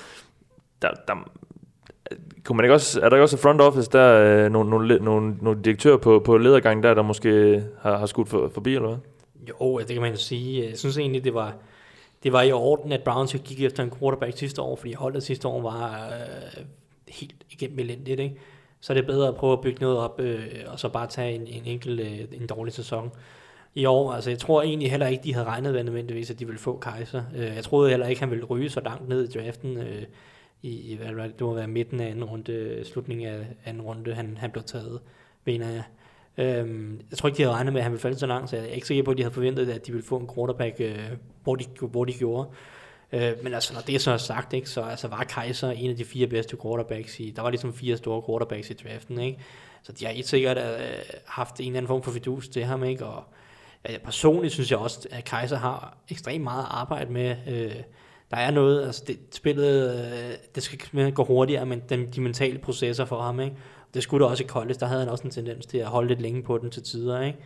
Speaker 1: kunne man ikke også, er der ikke også et front office der, nogle direktører på ledergangen der måske har skudt forbi, eller hvad?
Speaker 2: Jo, det kan man jo sige. Jeg synes egentlig, det var i orden, at Browns gik efter en quarterback sidste år, fordi holdet sidste år var helt igennem elendigt, ikke? Så er det bedre at prøve at bygge noget op, og så bare tage en dårlig sæson. I år, altså jeg tror egentlig heller ikke, de havde regnet ved nødvendigvis, at de ville få Kizer. Jeg troede heller ikke, han ville ryge så langt ned i draften, det må være midten af anden runde, slutningen af anden runde, han blev taget, mener jeg. Jeg tror ikke, de havde regnet med, at han ville falde så langt, så jeg er ikke sikker på, at de havde forventet, at de ville få en quarterback, hvor de gjorde. Men altså, når det er så sagt, ikke, så altså, var Kizer en af de 4 bedste quarterbacks der var ligesom 4 store quarterbacks i draften, ikke? Så de har ikke sikkert haft en eller anden form for fidus til ham, ikke? Og personligt synes jeg også, at Kizer har ekstremt meget arbejde med. Der er noget, altså spillet, det skal gå hurtigere, men de mentale processer for ham, ikke? Det skulle da også i college, der havde han også en tendens til at holde lidt længe på den til tider, ikke?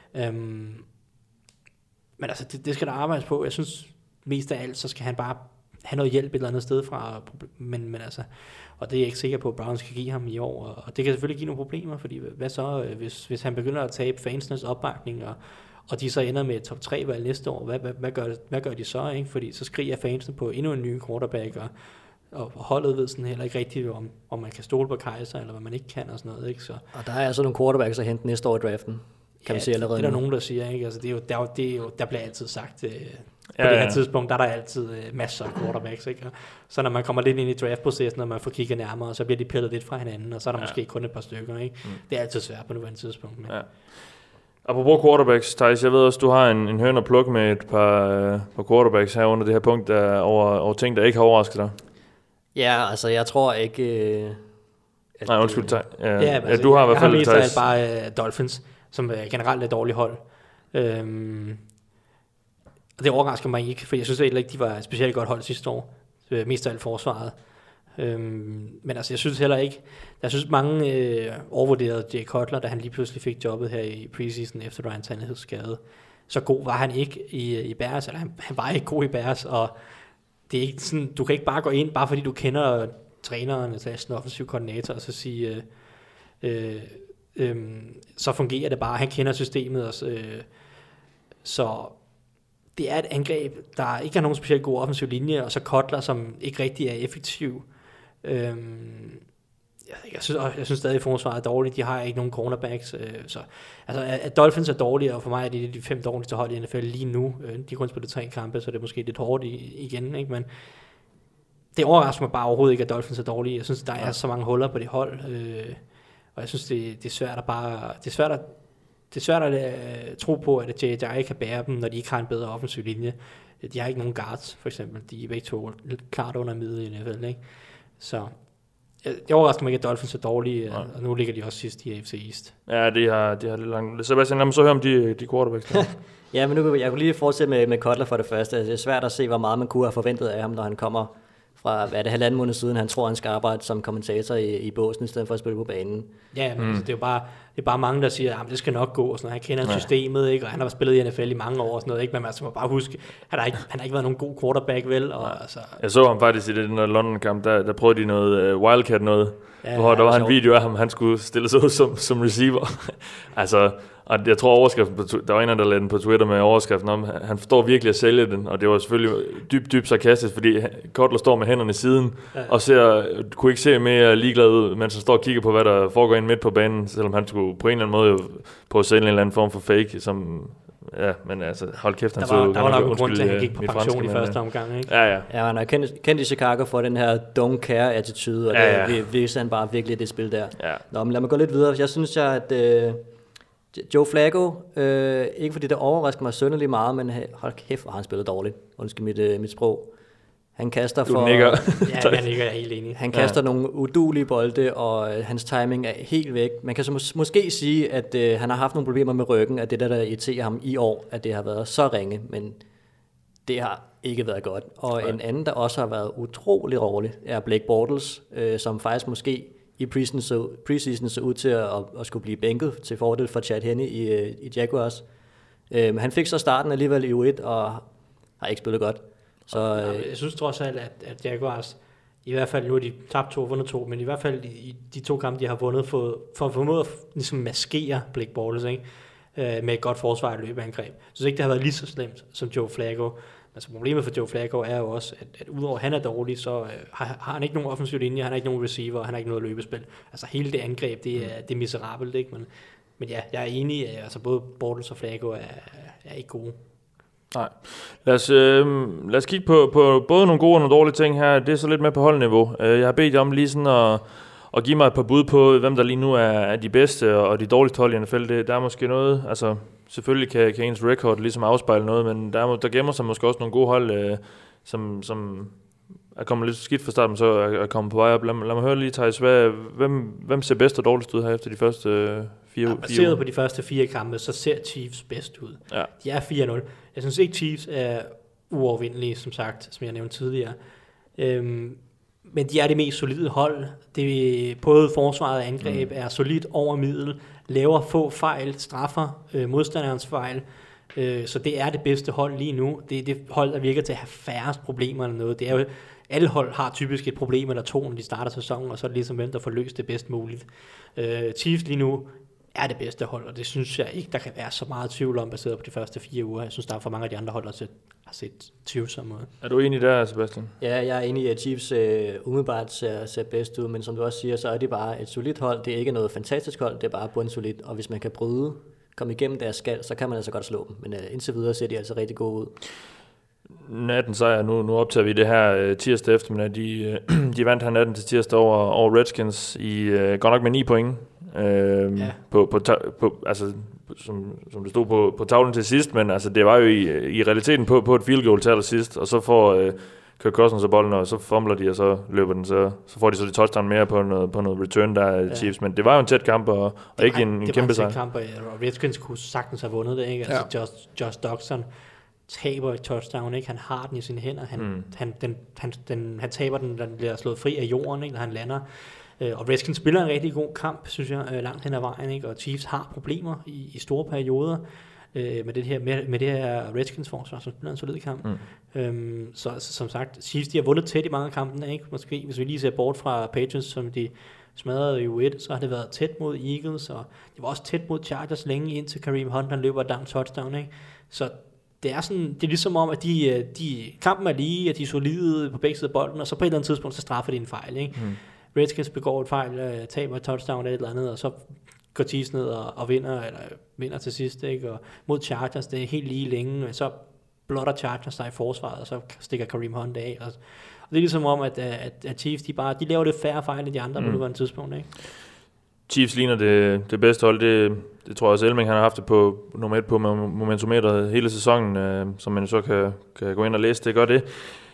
Speaker 2: Men altså, det skal der arbejdes på. Jeg synes mest af alt, så skal han bare have noget hjælp et eller andet sted fra, men altså, og det er jeg ikke sikker på, at Browns kan give ham i år, og det kan selvfølgelig give nogle problemer, fordi hvad så, hvis han begynder at tabe fansenes opbakning, og de så ender med et top 3-valg næste år, hvad gør de så, ikke? Fordi så skriger fansene på endnu en ny quarterback, og holdet ved sådan heller ikke rigtigt, om man kan stole på Kizer, eller hvad man ikke kan, og sådan noget, ikke? Så.
Speaker 3: Og der er altså nogle quarterbacks at hente næste år i draften, kan man se allerede.
Speaker 2: Det er der nogen, der siger, ikke? Altså, det er jo, der bliver altid sagt. på det her tidspunkt, der er der altid masser af quarterbacks, ikke? Så når man kommer lidt ind i draftprocessen, og man får kigget nærmere, så bliver de pillet lidt fra hinanden, og så er der måske kun et par stykker, ikke? Det er altid svært på nuværende tidspunkt. Men.
Speaker 1: Ja. Apropos quarterbacks, Thijs, jeg ved også, du har en høn at plukke med et par quarterbacks her under det her punkt, der over ting, der ikke har overrasket dig.
Speaker 3: Ja, altså jeg tror ikke...
Speaker 1: Nej, undskyld, Thijs.
Speaker 2: Altså,
Speaker 1: du har i hvert fald
Speaker 2: Thijs. Jeg har mest bare Dolphins, som generelt er et dårligt hold. Og det overrasker mig ikke, for jeg synes heller ikke, de var et specielt godt hold sidste år. Mest af alt forsvaret. Men altså, jeg synes heller ikke... Jeg synes, mange overvurderede Jay Cutler, da han lige pludselig fik jobbet her i preseason efter Ryan Tannehills skade. Så god var han ikke i Bears, eller han var ikke god i Bears, og det er ikke sådan, du kan ikke bare gå ind, bare fordi du kender træneren, altså den offensive koordinator, og så sige, så fungerer det bare. Han kender systemet også. Så det er et angreb, der ikke har nogen specielt god offensiv linje, og så Cutler, som ikke rigtig er effektiv. Jeg synes stadig, at forsvaret er dårligt. De har ikke nogen cornerbacks. Så altså, at Dolphins er dårlige, og for mig er det de 5 dårligste hold i NFL lige nu. De har kun spillet 3 kampe, så det er måske lidt hårdt igen. Ikke? Men det overrasker mig bare overhovedet ikke, at Dolphins er dårlige. Jeg synes, der er så mange huller på det hold. Og jeg synes, det er svært at bare... Det er svært at tro på, at J.J. kan bære dem, når de ikke har en bedre offensiv linje. De har ikke nogen guards, for eksempel. De er begge to klart under middel i NFL, ikke? Så det overrasker mig ikke, at Dolphins er dårlige, og nu ligger de også sidst i AFC East.
Speaker 1: Ja, de har lidt langt. Sebastian, lad mig så høre om de quarterbacks.
Speaker 3: Ja, men jeg kunne lige fortsætte med Cutler for det første. Det er svært at se, hvor meget man kunne have forventet af ham, når han kommer fra, hvad er det, 1,5 måned siden, han tror, han skal arbejde som kommentator i båsen, i stedet for at spille på banen. Ja,
Speaker 2: men altså, det er bare mange, der siger, at det skal nok gå, og sådan noget. Han kender systemet, ikke? Og han har spillet i NFL i mange år, og sådan noget, ikke? Men man må bare huske, han har ikke været nogen god quarterback, vel? Og, altså,
Speaker 1: jeg så ham faktisk i den London-kamp, der prøvede de noget Wildcat noget, hvor der var en video af ham, han skulle stille sig ud som receiver. Altså, og jeg tror overskriften, der var en, der lagde den på Twitter med overskriften om, han forstår virkelig at sælge den, og det var selvfølgelig dybt sarkastisk, fordi Cutler står med hænderne i siden, og kunne ikke se mere ligeglad ud, mens han står og kigger på, hvad der foregår ind midt på banen, selvom han skulle på en eller anden måde på at sælge en eller anden form for fake, som... Ja, men altså, hold kæft, han så...
Speaker 2: Der var nok en grund til, at han gik på pension i første omgang, ikke?
Speaker 1: Ja,
Speaker 3: han er kendt i Chicago for den her don't care-attitude, og det viser han bare virkelig det spil der. Ja. Nå, men lad mig gå lidt videre. Jeg synes, at Joe Flacco, ikke fordi det overrasker mig sønderlig meget, men hold kæft, hvor han spillet dårligt. Undskyld mit sprog. Han kaster
Speaker 1: for... Du nikker.
Speaker 2: Ja, jeg nikker, jeg er helt enig.
Speaker 3: Han kaster nogle uduelige bolde, og hans timing er helt væk. Man kan så måske sige, at han har haft nogle problemer med ryggen, at det der irriterer ham i år, at det har været så ringe, men det har ikke været godt. Og en anden, der også har været utrolig rolig, er Blake Bortles, som faktisk måske i preseason så ud til at skulle blive bænket til fordel for Chad Henne i Jaguars. Han fik så starten alligevel i U1, og har ikke spillet godt. Så,
Speaker 2: jeg synes trods alt, at Jaguars, i hvert fald nu har de tabt 2 og vundet 2, men i hvert fald i de 2 kampe, de har vundet, for at formå at ligesom maskere Blake Bortles, ikke? Med et godt forsvar i løbeangreb. Jeg synes ikke, det har været lige så slemt som Joe Flacco. Altså problemet for Joe Flacco er jo også, at udover at han er dårlig, så har han ikke nogen offensiv linje, han har ikke nogen receiver, han har ikke noget løbespil. Altså hele det angreb, det er miserabelt, ikke? Men ja, jeg er enig, altså både Bortles og Flacco er ikke gode.
Speaker 1: Nej. Lad os kigge på både nogle gode og nogle dårlige ting her. Det er så lidt med på holdniveau. Jeg har bedt jer om lige sådan at give mig et par bud på, hvem der lige nu er de bedste og de dårligste hold i NFL. Der er måske noget, altså selvfølgelig kan ens record ligesom afspejle noget, men der gemmer sig måske også nogle gode hold, som er kommet lidt skidt fra starten, men så er kommet på vej op. Lad mig høre lige, Thijs, hvem ser bedst og dårligst ud her efter de første 4 uger?
Speaker 2: Baseret på de første 4 kampe, så ser Chiefs bedst ud. Ja. De er 4-0. Jeg synes ikke, Chiefs er uovervindelige, som sagt, som jeg nævnte tidligere. Men de er det mest solide hold. Både forsvaret og angreb er solidt over middel, laver få fejl, straffer modstanderens fejl. Så det er det bedste hold lige nu. Det er det hold, der virker til at have færrest problemer eller noget. Det er jo, alle hold har typisk et problem eller 2, når de starter sæsonen, og så er det ligesom hvem, der får løst det bedst muligt. Chiefs lige nu er det bedste hold, og det synes jeg ikke, der kan være så meget tvivl om, baseret på de første 4 uger. Jeg synes, der er for mange af de andre hold, der har set tvivlsomme ud.
Speaker 1: Er du enig der, Sebastian?
Speaker 3: Ja, jeg er enig i, at Chiefs umiddelbart ser bedst ud, men som du også siger, så er de bare et solidt hold. Det er ikke noget fantastisk hold, det er bare bundsolidt, og hvis man kan komme igennem deres skal, så kan man altså godt slå dem. Men indtil videre ser de altså rigtig gode ud.
Speaker 1: natten sejr. Nu optager vi det her tirsdag eftermiddag. De vandt her natten til tirsdag over Redskins i godt nok med 9 point. Altså, som det stod på tavlen til sidst, men altså, det var jo i realiteten på et field goal til allersidst, og så får Kirk Cousins og bolden, og så fumler de, og så løber den, så får de så de touchdown mere på noget return der Chiefs, men det var jo en tæt kamp, og ikke en kæmpe sejr.
Speaker 2: Det var en tæt kamp, og Redskins kunne sagtens have vundet det, ikke? Altså Josh Doctson taber et touchdown, ikke? Han har den i sine hænder, han taber den, den bliver slået fri af jorden, ikke? Når han lander. Og Redskins spiller en rigtig god kamp, synes jeg, langt hen ad vejen, ikke? Og Chiefs har problemer i store perioder med det her Redskins forsvar, som spiller en solid kamp. Så som sagt, Chiefs, de har vundet tæt i mange af kampene, ikke? Måske, hvis vi lige ser bort fra Patriots, som de smadrede i U1, så har det været tæt mod Eagles, og det var også tæt mod Chargers længe, indtil Kareem Hunt, han løber down touchdown, ikke? Så det er ligesom om, at de kampen er lige, at de er solide på begge sider af bolden, og så på et eller andet tidspunkt, så straffer de en fejl, ikke? Redskins begår et fejl, taber et touchdown eller et eller andet, og så går Chiefs ned og vinder til sidst, ikke? Og mod Chargers, det er helt lige længe, så blotter Chargers sig i forsvaret, og så stikker Kareem Hunt af. Og det er ligesom om, at Chiefs, de laver lidt færre fejl end de andre på nuværende tidspunkt, ikke?
Speaker 1: Chiefs ligner det bedste hold, det tror jeg også Elming, han har haft det på nummer 1 på momentometeret hele sæsonen, som man så kan gå ind og læse, det gør det.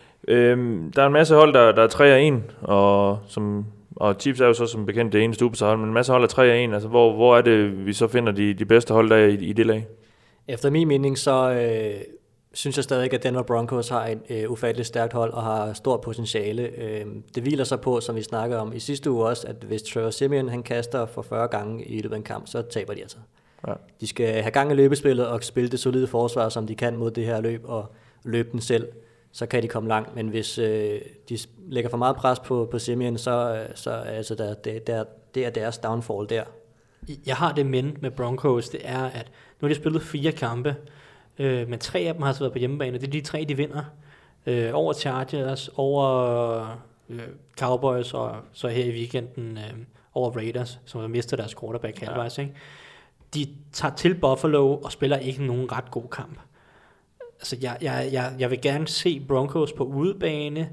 Speaker 1: Der er en masse hold, der er 3-1, og Chiefs er jo så som bekendt det eneste ubesejrede, men en masse hold er 3-1. Altså, hvor er det, vi så finder de bedste hold der i det lag?
Speaker 3: Efter min mening, så synes jeg stadig, at Denver Broncos har et ufatteligt stærkt hold og har stort potentiale. Det hviler sig på, som vi snakkede om i sidste uge også, at hvis Trevor Siemian han kaster for 40 gange i løbet af en kamp, så taber de altså. Ja. De skal have gang i løbespillet og spille det solide forsvar, som de kan mod det her løb, og løbe den selv. Så kan de komme langt, men hvis de lægger for meget pres på Siemian, så altså det er deres downfall der.
Speaker 2: Jeg har det med Broncos, det er, at nu har de spillet 4 kampe, men 3 af dem har altså været på hjemmebane, det er de 3, de vinder. Over Chargers, over Cowboys, og så her i weekenden over Raiders, som har mistet deres quarterback halvvejs. Ikke? De tager til Buffalo og spiller ikke nogen ret god kamp. Altså, jeg vil gerne se Broncos på udebane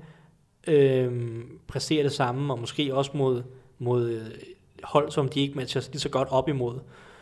Speaker 2: præstere det samme, og måske også mod hold, som de ikke matcher lige så godt op imod.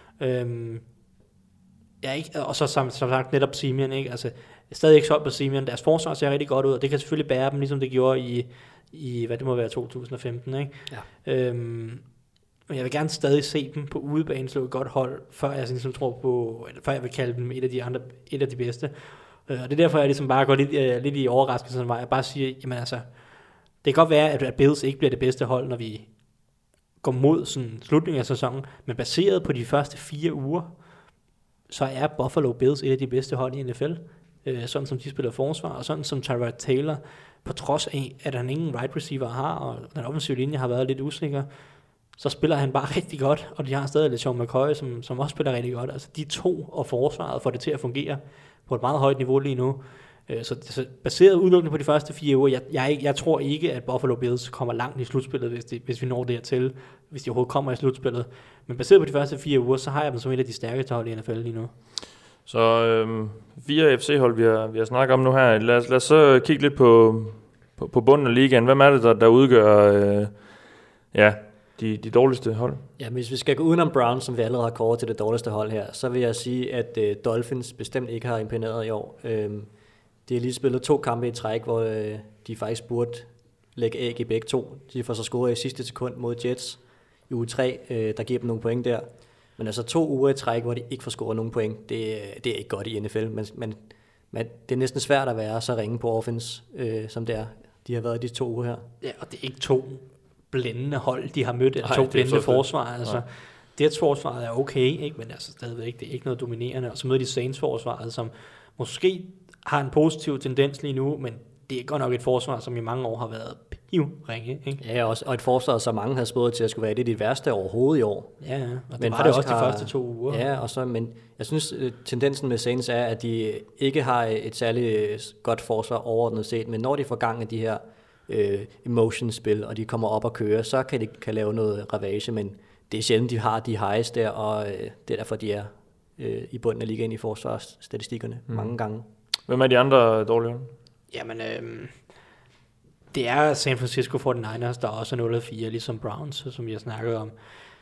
Speaker 2: Og så som sagt netop Siemian, ikke? Altså, jeg er stadig ikke solgt på Siemian. Deres forsvar ser rigtig godt ud, og det kan selvfølgelig bære dem, ligesom det gjorde i hvad det må være, 2015, ikke? Ja. Men jeg vil gerne stadig se dem på udebane slå et godt hold, før jeg ligesom tror på, før jeg vil kalde dem et af de bedste. Og det er derfor, jeg ligesom bare går lidt i overraskelsen, hvor jeg bare siger, jamen altså, det kan godt være, at Bills ikke bliver det bedste hold, når vi går mod sådan slutningen af sæsonen, men baseret på de første 4 uger, så er Buffalo Bills et af de bedste hold i NFL, sådan som de spiller forsvar, og sådan som Tyrod Taylor, på trods af, at han ingen right receiver har, og den offensive linje har været lidt usikker, så spiller han bare rigtig godt, og de har stadig lidt Sean McCoy, som også spiller rigtig godt. Altså de 2 og forsvaret får det til at fungere på et meget højt niveau lige nu. Så baseret udelukkende på de første 4 uger, jeg tror ikke, at Buffalo Bills kommer langt i slutspillet, hvis vi når dertil, hvis de overhovedet kommer i slutspillet. Men baseret på de første 4 uger, så har jeg dem som et af de stærkeste hold i NFL lige nu.
Speaker 1: Så 4 FC-hold, vi har snakket om nu her. Lad os så kigge lidt på bunden af ligaen. Hvem er det, der udgør de dårligste hold?
Speaker 3: Ja, hvis vi skal gå udenom Browns, som vi allerede har kåret til det dårligste hold her, så vil jeg sige, at Dolphins bestemt ikke har imponeret i år. De har lige spillet 2 kampe i træk, hvor de faktisk burde lægge æg i begge 2. De får så scoret i sidste sekund mod Jets i uge 3, der giver dem nogle point der. Men altså 2 uger i træk, hvor de ikke får scoret nogen point, det er ikke godt i NFL. Men det er næsten svært at være så ringe på offense, som det er. De har været de 2 uger her. Ja,
Speaker 2: og det er ikke 2 blændende hold, de har mødt, eller 2 blændende forsvar. Altså, Jets forsvaret er okay, ikke? Men altså stadigvæk, det er ikke noget dominerende. Og så møder de Saints forsvaret, som måske har en positiv tendens lige nu, men det er godt nok et forsvar, som i mange år har været pivringe, ikke?
Speaker 3: Ja, og et forsvar, som mange har spået til at skulle være det de værste overhovedet i år.
Speaker 2: Ja, og det var det også de første 2 uger.
Speaker 3: Ja, men jeg synes, tendensen med Saints er, at de ikke har et særligt godt forsvar overordnet set, men når de får gang i de her emotion-spil, og de kommer op og kører, så kan de lave noget ravage, men det er sjældent, de har de highs der, og det er derfor, de er i bunden af ligaen i forsvarsstatistikkerne mange gange.
Speaker 1: Hvem er de andre dårlige?
Speaker 2: Jamen, det er San Francisco 49ers, der også er 0-4, ligesom Browns, som jeg snakkede om.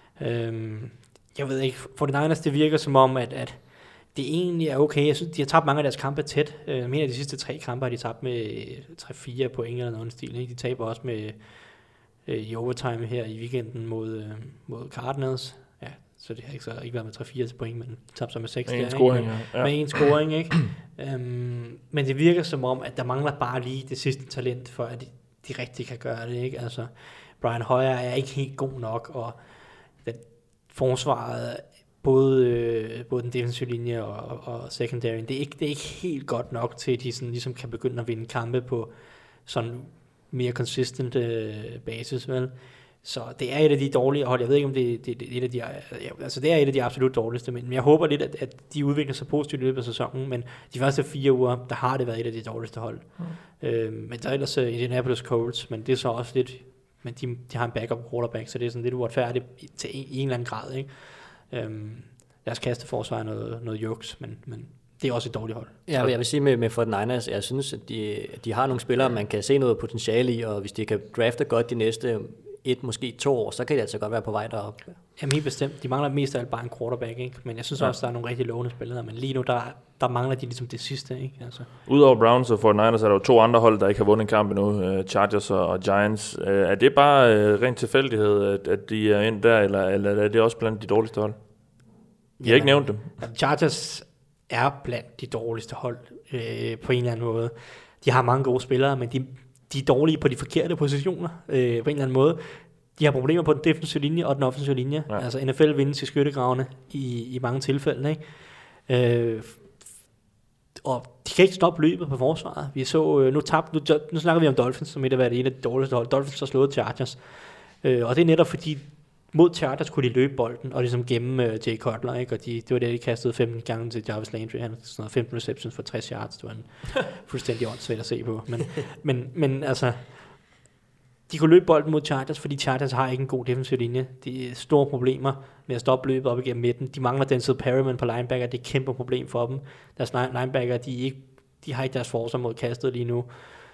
Speaker 2: Jeg ved ikke, 49ers, det virker som om, at det egentlig er okay. Jeg synes, de har tabt mange af deres kampe tæt. Jeg mener, de sidste 3 kampe har de tabt med 3-4 point eller noget stil. Ikke? De taber også med i overtime her i weekenden mod Cardinals. Ja, så det har ikke været med 3-4 point, men de tabte så med 6
Speaker 1: med en scoring, ja.
Speaker 2: Med en scoring, ikke? Men det virker som om, at der mangler bare lige det sidste talent, for at de rigtig kan gøre det, ikke? Altså, Brian Hoyer er ikke helt god nok, og forsvaret, både den defensive linje og secondary, det er ikke helt godt nok til, at de sådan, ligesom kan begynde at vinde kampe på sådan mere consistent basis, vel? Så det er et af de dårlige hold. Jeg ved ikke, om det er et af de... Altså, det er et af de absolut dårligste, men jeg håber lidt, at de udvikler sig positivt i løbet af sæsonen, men de første 4 uger, der har det været et af de dårligste hold. Men der er ellers Indianapolis Colts, men det er så også lidt... Men de har en backup quarterback, så det er sådan lidt uretfærdigt til en eller anden grad, ikke? Deres kasteforsvar er noget juks, men det er også et dårligt hold.
Speaker 3: Ja, jeg vil sige med 49ers, jeg synes, at de har nogle spillere, man kan se noget potentiale i, og hvis de kan drafte godt de næste 1, måske 2 år, så kan det altså godt være på vej derop.
Speaker 2: Jamen helt bestemt. De mangler mest af alt bare en quarterback, ikke? Men jeg synes også, der er nogle rigtig lovende spillere, men lige nu, der mangler de ligesom det sidste, ikke? Altså.
Speaker 1: Udover Browns og 49ers er der jo 2 andre hold, der ikke har vundet en kamp endnu, Chargers og Giants. Er det bare rent tilfældighed, at de er ind der, eller er det også blandt de dårligste hold? De har ikke nævnt dem.
Speaker 2: Chargers er blandt de dårligste hold på en eller anden måde. De har mange gode spillere, men de er dårlige på de forkerte positioner på en eller anden måde. De har problemer på den defensive linje og den offensive linje. Ja. Altså NFL vindes i skyttegravene i mange tilfælde, ikke? Og de kan ikke stoppe løbet på forsvaret. Vi så nu snakker vi om Dolphins, som et af de dårligste hold. Dolphins har slået Chargers. Og det er netop fordi mod Chargers kunne de løbe bolden og ligesom gemme Jay Cutler, ikke? Og det var det, de kastede 15 gange til Jarvis Landry. Han havde sådan noget 15 receptions for 60 yards. Det var en fuldstændig åndssvagt at se på. Men altså, de kunne løbe bolden mod Chargers, fordi Chargers har ikke en god defensiv linje. De er store problemer med at stoppe løbet op igennem midten. De mangler Denzel Perryman på linebacker. Det er et kæmpe problem for dem. Deres linebacker, de har ikke deres forsvar mod kastet lige nu.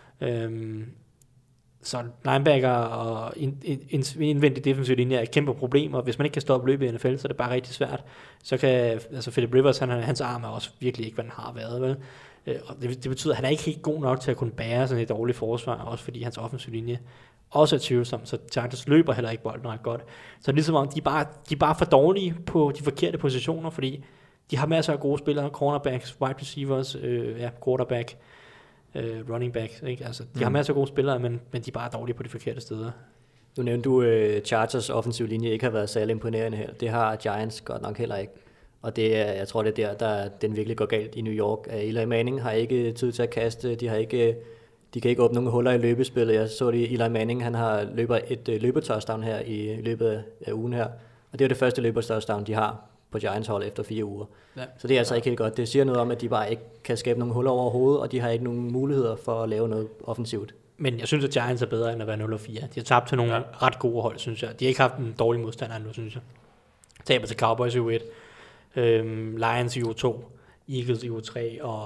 Speaker 2: Så linebacker og indvendig defensiv linje er et kæmpe problem, og hvis man ikke kan stoppe løbet i NFL, så er det bare rigtig svært. Så kan, altså Philip Rivers, hans arm er også virkelig ikke, hvad den har været, vel? Og det betyder, at han er ikke helt god nok til at kunne bære sådan et dårligt forsvar, også fordi hans offensiv linje også er tvivlsom, så Chargers løber heller ikke bolden ret godt. Så det er ligesom om, de er bare for dårlige på de forkerte positioner, fordi de har masser af gode spillere, cornerbacks, wide receivers, quarterback, running back, ikke? Altså, de har masser af gode spillere, men de er bare dårlige på de forkerte steder.
Speaker 3: Nu nævnte du, Chargers offensiv linje ikke har været særlig imponerende her. Det har Giants godt nok heller ikke. Og det er, jeg tror, det er der den virkelig går galt i New York. Eli Manning har ikke tid til at kaste, de kan ikke åbne nogle huller i løbespillet. Jeg så det, Eli Manning, han har løber et løbetouchdown her i løbet af ugen her. Og det er det første løbetouchdown, de har på Giants hold efter 4 uger. Ja. Så det er altså ikke helt godt. Det siger noget om, at de bare ikke kan skabe nogle huller over hovedet, og de har ikke nogen muligheder for at lave noget offensivt.
Speaker 2: Men jeg synes, at Giants er bedre end at være 0-4. De har tabt til nogle ret gode hold, synes jeg. De har ikke haft en dårlig modstander endnu, synes jeg. Taber til Cowboys i U1, Lions i U2, Eagles i U3 og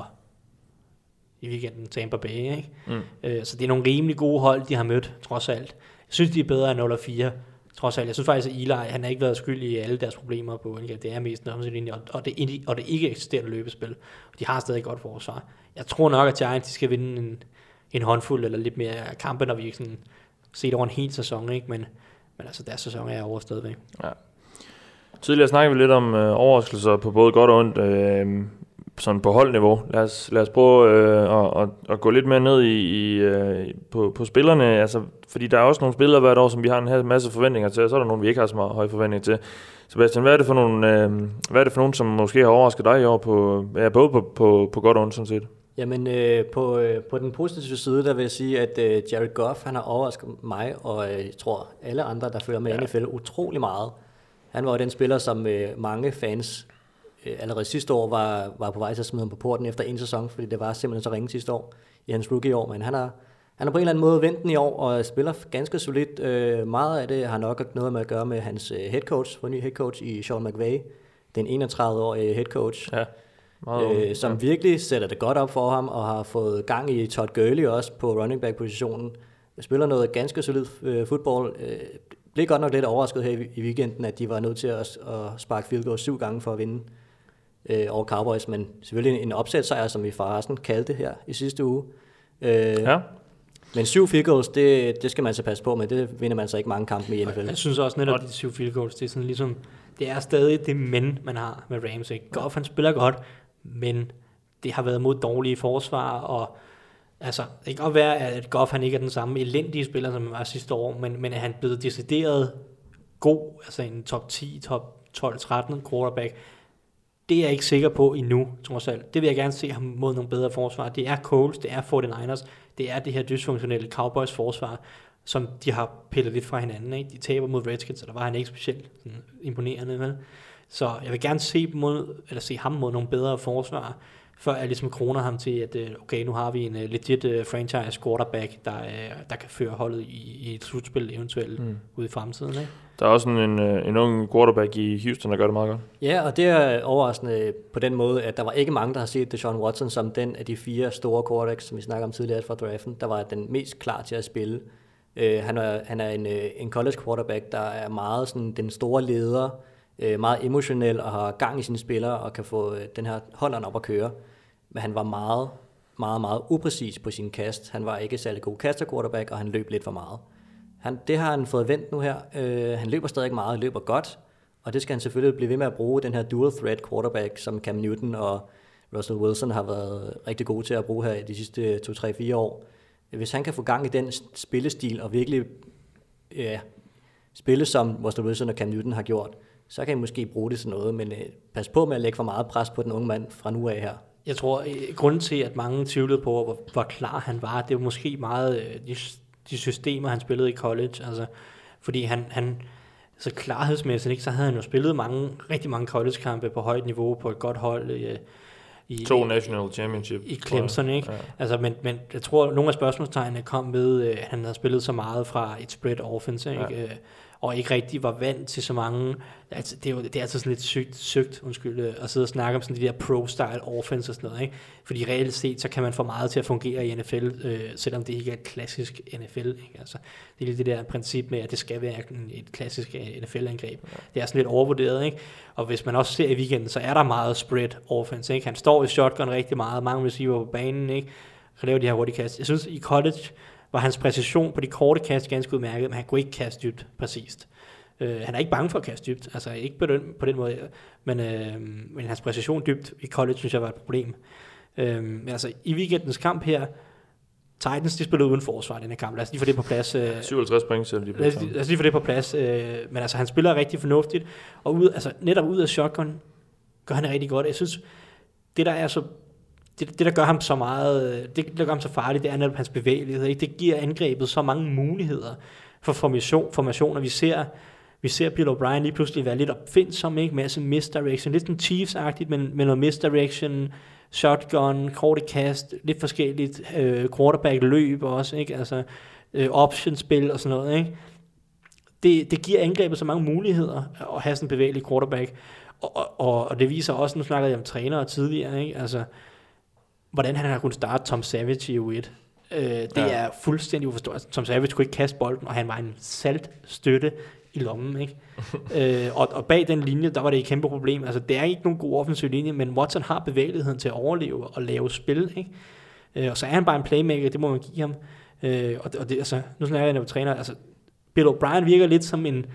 Speaker 2: i weekenden Tampa Bay, ikke? Så det er nogle rimelig gode hold, de har mødt, trods alt. Jeg synes, de er bedre end 0-4, trods alt. Jeg synes faktisk, at Eli, han har ikke været skyldig i alle deres problemer på, ikke? Det er mest en offensiv linje, og det ikke eksisterende løbespil. De har stadig godt forsvar. Jeg tror nok, at Giants skal vinde en håndfuld eller lidt mere kampe, når vi sådan set over en hel sæson, ikke? Men altså, deres sæson er over stadigvæk.
Speaker 1: Ja. Tidligere snakkede vi lidt om overraskelser på både godt og ondt, sådan på holdniveau. Lad os prøve at gå lidt mere ned på spillerne, altså, fordi der er også nogle spillere hvert år, som vi har en masse forventninger til, og så er der nogle, vi ikke har så meget høje forventninger til. Sebastian, hvad er det for nogen, som måske har overrasket dig i år, både på godt og ondt sådan set?
Speaker 3: Jamen, på den positive side, der vil jeg sige, at Jared Goff, han har overrasket mig, og jeg tror alle andre, der følger med NFL, utrolig meget. Han var jo den spiller, som mange fans allerede sidste år var på vej til at smide ham på porten efter en sæson, fordi det var simpelthen så ringe sidste år i hans rookie-år, men han har på en eller anden måde vendt den i år, og spiller ganske solidt. Meget af det har nok noget med at gøre med hans headcoach, ny headcoach i Sean McVay, den 31-årige headcoach. som virkelig sætter det godt op for ham, og har fået gang i Todd Gurley også på running back-positionen. Spiller noget ganske solid fodbold. Blev godt nok lidt overrasket her i weekenden, at de var nødt til at sparke field goal 7 gange for at vinde over Cowboys, men selvfølgelig en opsætsejr, som vi forresten kaldte her i sidste uge. Men 7 field goals, det skal man så passe på med. Det vinder man så ikke mange kampe i NFL.
Speaker 2: Jeg synes også netop, de 7 field goals, det er sådan ligesom, det er stadig det men, man har med Rams. Goff, han spiller godt, men det har været mod dårlige forsvar, og altså, det kan godt være, at Goff, han ikke er den samme elendige spiller, som han var sidste år, men er han blevet decideret god, altså en top 10, top 12-13 quarterback, det er jeg ikke sikker på endnu, trods alt. Det vil jeg gerne se ham mod nogle bedre forsvar. Det er Colts, det er 49ers, det er det her dysfunktionelle Cowboys forsvar, som de har pillet lidt fra hinanden. Ikke? De taber mod Redskins, og der var han ikke specielt sådan, imponerende. Vel? Så jeg vil gerne se ham mod nogle bedre forsvar, før jeg ligesom kroner ham til, at okay, nu har vi en legit franchise quarterback, der kan føre holdet i et slutspil eventuelt ude i fremtiden. Ikke?
Speaker 1: Der er også en ung quarterback i Houston, der gør det meget godt.
Speaker 3: Ja, og det er overraskende på den måde, at der var ikke mange, der har set Deshaun Watson som den af de 4 store quarterbacks, som vi snakker om tidligere fra draften, der var den mest klar til at spille. Han er en college quarterback, der er meget sådan den store leder, meget emotionel og har gang i sine spillere og kan få den her holderen op at køre. Men han var meget, meget, meget upræcis på sin kast. Han var ikke særlig god kaster quarterback, og han løb lidt for meget. Det har han fået vendt nu her. Han løber stadig meget, løber godt, og det skal han selvfølgelig blive ved med at bruge, den her dual threat quarterback, som Cam Newton og Russell Wilson har været rigtig gode til at bruge her i de sidste 2-3-4 år. Hvis han kan få gang i den spillestil og virkelig spille som Russell Wilson og Cam Newton har gjort, så kan I måske bruge det til noget, men pas på med at lægge for meget pres på den unge mand fra nu af her.
Speaker 2: Jeg tror, grunden til, at mange tvivlede på, hvor klar han var, det var måske meget de systemer, han spillede i college. Altså, fordi han så klarhedsmæssigt, ikke, så havde han jo spillet rigtig mange college-kampe på højt niveau, på et godt hold. I
Speaker 1: 2 national championship.
Speaker 2: I Clemson, ikke? Ja. Altså, men jeg tror, nogle af spørgsmålstegnene kom ved, at han havde spillet så meget fra et spread offense, ikke? Ja. Og ikke rigtig var vant til så mange. Altså, det er altså sådan lidt sygt at sidde og snakke om sådan de der pro-style offense og sådan noget, ikke? Fordi reelt set, så kan man få meget til at fungere i NFL, selvom det ikke er et klassisk NFL, ikke? Altså, det er lidt det der princip med, at det skal være et klassisk NFL-angreb. Ja. Det er sådan lidt overvurderet, ikke? Og hvis man også ser i weekenden, så er der meget spread offense, ikke? Han står i shotgun rigtig meget, mange receiver på banen, ikke? Kan lave de her hurtige kast. Jeg synes, i college var hans præcision på de korte kast ganske udmærket, men han kunne ikke kaste dybt præcist. Han er ikke bange for at kaste dybt, altså ikke på den måde, men hans præcision dybt i college, synes jeg var et problem. Men altså i weekendens kamp her, Titans, de spillede uden forsvar i den her kamp. Lad os lige få det på plads.
Speaker 1: 57 point, så
Speaker 2: lad os lige få det på plads. Men altså, han spiller rigtig fornuftigt, og netop ud af shotgun, gør han det rigtig godt. Jeg synes, det der gør ham så meget, det der gør ham så farligt, det er netop hans bevægelighed. Ikke? Det giver angrebet så mange muligheder for formationer. Vi ser Bill O'Brien lige pludselig være lidt opfindsom, ikke? Med sådan misdirection, lidt sådan Chiefs-agtigt, men med noget misdirection, shotgun, korte kast, lidt forskelligt, quarterback-løb også, ikke? Altså optionspil og sådan noget, ikke? Det giver angrebet så mange muligheder at have sådan en bevægelig quarterback, og det viser også, nu snakkede jeg om trænere tidligere, ikke? Altså hvordan han har kunnet starte Tom Savage i U1. Det er fuldstændig uforståeligt. Tom Savage kunne ikke kaste bolden, og han var en salt støtte i lommen, ikke? Og bag den linje, der var det et kæmpe problem. Altså, det er ikke nogen god offensiv linje, men Watson har bevægeligheden til at overleve og lave spil, ikke? Og så er han bare en playmaker, det må man give ham. Og det, altså, nu snakker jeg om træner, altså, Bill O'Brien virker lidt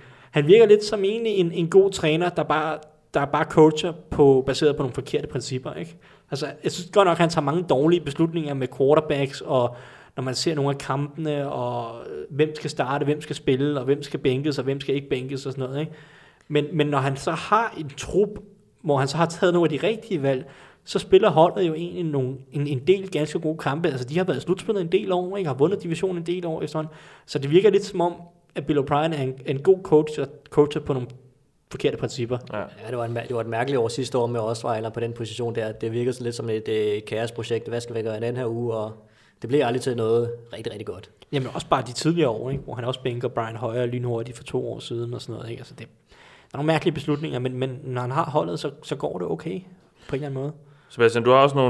Speaker 2: som en god træner, der bare coacher baseret på nogle forkerte principper, ikke? Altså, jeg synes godt nok, at han tager mange dårlige beslutninger med quarterbacks, og når man ser nogle af kampene, og hvem skal starte, hvem skal spille, og hvem skal bænkes, og hvem skal ikke bænkes, og sådan noget, ikke? Men når han så har en trup, hvor han så har taget nogle af de rigtige valg, så spiller holdet jo egentlig en del ganske gode kampe. Altså, de har været slutspillet en del år, ikke? Har vundet divisionen en del år efterhånden. Så det virker lidt som om, at Bill O'Brien er en god coacher på nogle forkerte principper.
Speaker 3: Ja, det var et mærkeligt år sidste år med Osweiler på den position der. Det virkede lidt som et kaosprojekt. Hvad skal vi gøre i den her uge? Og det blev aldrig til noget rigtig, rigtig godt.
Speaker 2: Jamen også bare de tidligere år, ikke? Hvor han også bænker Brian Hoyer lynhurtigt for 2 år siden og sådan noget, ikke? Altså der er nogle mærkelige beslutninger, men når han har holdet, så går det okay på en eller anden måde.
Speaker 1: Sebastian, du har også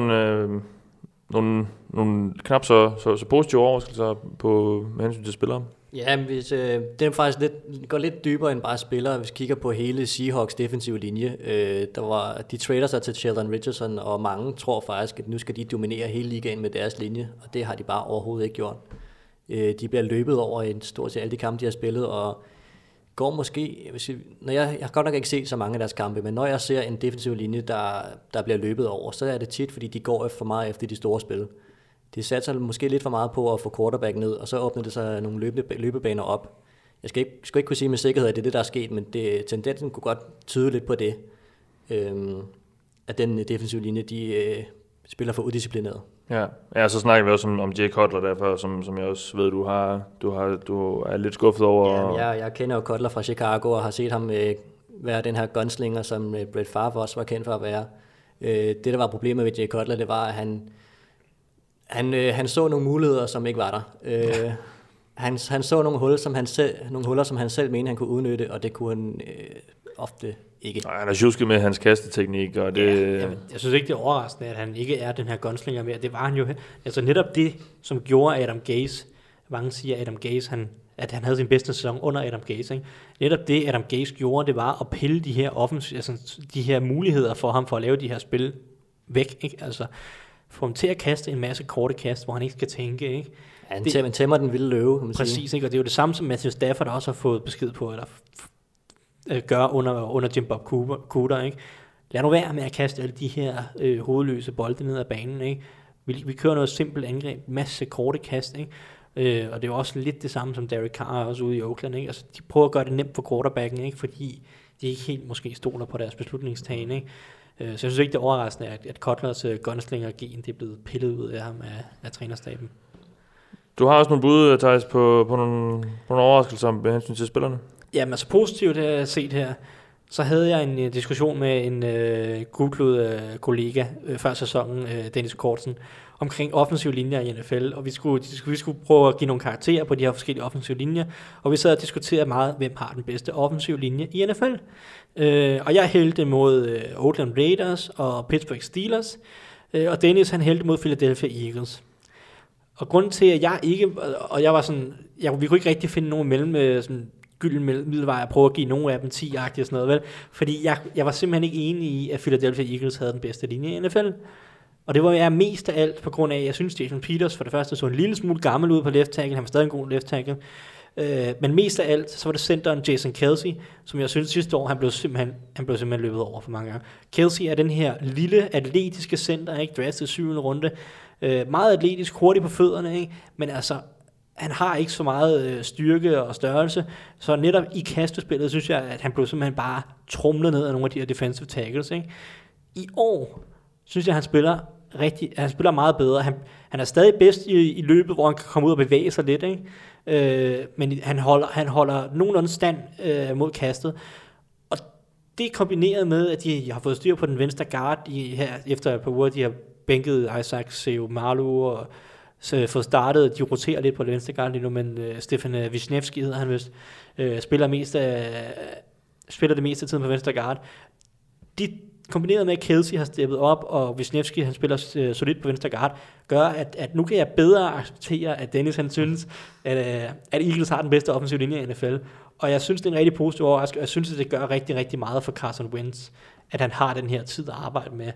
Speaker 1: nogle knap så positive overraskelser med hensyn til spillere.
Speaker 3: Ja, hvis, det er faktisk går lidt dybere end bare spillere. Hvis vi kigger på hele Seahawks defensive linje, de trader sig til Sheldon Richardson, og mange tror faktisk, at nu skal de dominere hele ligaen med deres linje, og det har de bare overhovedet ikke gjort. De bliver løbet over i stort set alle de kampe, de har spillet, og går måske, jeg har godt nok ikke set så mange af deres kampe, men når jeg ser en defensiv linje, der bliver løbet over, så er det tit, fordi de går for meget efter de store spil. De satser måske lidt for meget på at få quarterback ned, og så åbner det sig nogle løbebaner op. Jeg skal ikke kunne sige med sikkerhed, at det er det, der er sket, men tendensen kunne godt tyde lidt på det, at den defensive linje, de spiller for udisciplineret.
Speaker 1: Ja, så snakker vi også om Jay Cutler derfor, som jeg også ved, du er lidt skuffet over.
Speaker 3: Ja, jeg kender jo Cutler fra Chicago, og har set ham være den her gunslinger, som Brett Favre også var kendt for at være. Det, der var problemet med Jay Cutler, det var, at han så nogle muligheder, som ikke var der. Han så nogle huller, som han selv mente, han kunne udnytte, og det kunne han ofte ikke.
Speaker 1: Nej, han er tjusket med hans kasteteknik, og det...
Speaker 2: Ja, jeg synes ikke, det er overraskende, at han ikke er den her gunslinger mere. Det var han jo... Altså netop det, som gjorde Adam Gase, mange siger Adam Gase, at han havde sin bedste sæson under Adam Gase. Ikke? Netop det, Adam Gase gjorde, det var at pille de her muligheder for ham for at lave de her spil væk. Ikke? Altså få ham til at kaste en masse korte kast, hvor han ikke skal tænke. Ikke?
Speaker 3: Ja, han tæmmer den vilde løve, kan man
Speaker 2: præcis,
Speaker 3: sige.
Speaker 2: Ikke? Og det er jo det samme, som Matthew Stafford også har fået besked på, eller gør under Jim Bob Cooter, ikke? Lad nu være med at kaste alle de her hovedløse bolde ned ad banen, ikke? Vi kører noget simpelt angreb, masse korte kast, ikke? Og det er jo også lidt det samme som Derek Carr også ude i Oakland, ikke? Altså, de prøver at gøre det nemt for quarterbacken, ikke? Fordi de ikke helt måske stoler på deres beslutningstagen, ikke? Så jeg synes ikke, det er overraskende, at Cutlers gunslinger-gen det er blevet pillet ud af ham af trænerstaben.
Speaker 1: Du har også nogle bud, Thijs, på nogle overraskelser med hensyn til spillerne?
Speaker 2: Jamen altså positivt, det har jeg set her. Så havde jeg en diskussion med en gulklud kollega før sæsonen, Dennis Kortsen, omkring offensive linjer i NFL, og vi skulle prøve at give nogle karakterer på de her forskellige offensive linjer, og vi sad og diskuterede meget, hvem har den bedste offensive linje i NFL. Og jeg hældte mod Oakland Raiders og Pittsburgh Steelers, og Dennis han hældte mod Philadelphia Eagles. Og grunden til, at jeg ikke, og jeg var sådan, vi kunne ikke rigtig finde nogen mellem sådan gylden middelvej at prøve at give nogle af dem 10-agtige og sådan noget, vel? Fordi jeg var simpelthen ikke enig i, at Philadelphia Eagles havde den bedste linje i NFL. Og det var jeg mest af alt på grund af, at jeg synes, Jason Peters for det første så en lille smule gammel ud på left tackle. Han var stadig en god left tackle. Men mest af alt, så var det centeren Jason Kelce, som jeg synes sidste år, han blev simpelthen løbet over for mange gange. Kelce er den her lille, atletiske center, ikke? Draftet 7. runde. Meget atletisk, hurtig på fødderne, ikke? Men altså, han har ikke så meget styrke og størrelse, så netop i kastespillet, synes jeg, at han blev simpelthen bare tromlet ned af nogle af de her defensive tackles, ikke? I år, synes jeg, han spiller meget bedre. Han er stadig bedst i løbet, hvor han kan komme ud og bevæge sig lidt, ikke? Men han holder nogenlunde stand mod kastet. Og det er kombineret med, at de har fået styr på den venstre guard her efter et par uger. De har bænket Isaac Seumalo og fået startet. De roterer lidt på den venstre guard lige nu, men Stefan Wisniewski hedder han vist. Spiller det meste af tiden på venstre guard. De kombineret med, at Kelce har steppet op, og Wisniewski han spiller solidt på venstre guard, gør, at nu kan jeg bedre acceptere, at Dennis han synes, at Eagles har den bedste offensive linje i NFL. Og jeg synes, det er en rigtig positiv overraskelse, og jeg synes, at det gør rigtig, rigtig meget for Carson Wentz, at han har den her tid at arbejde med.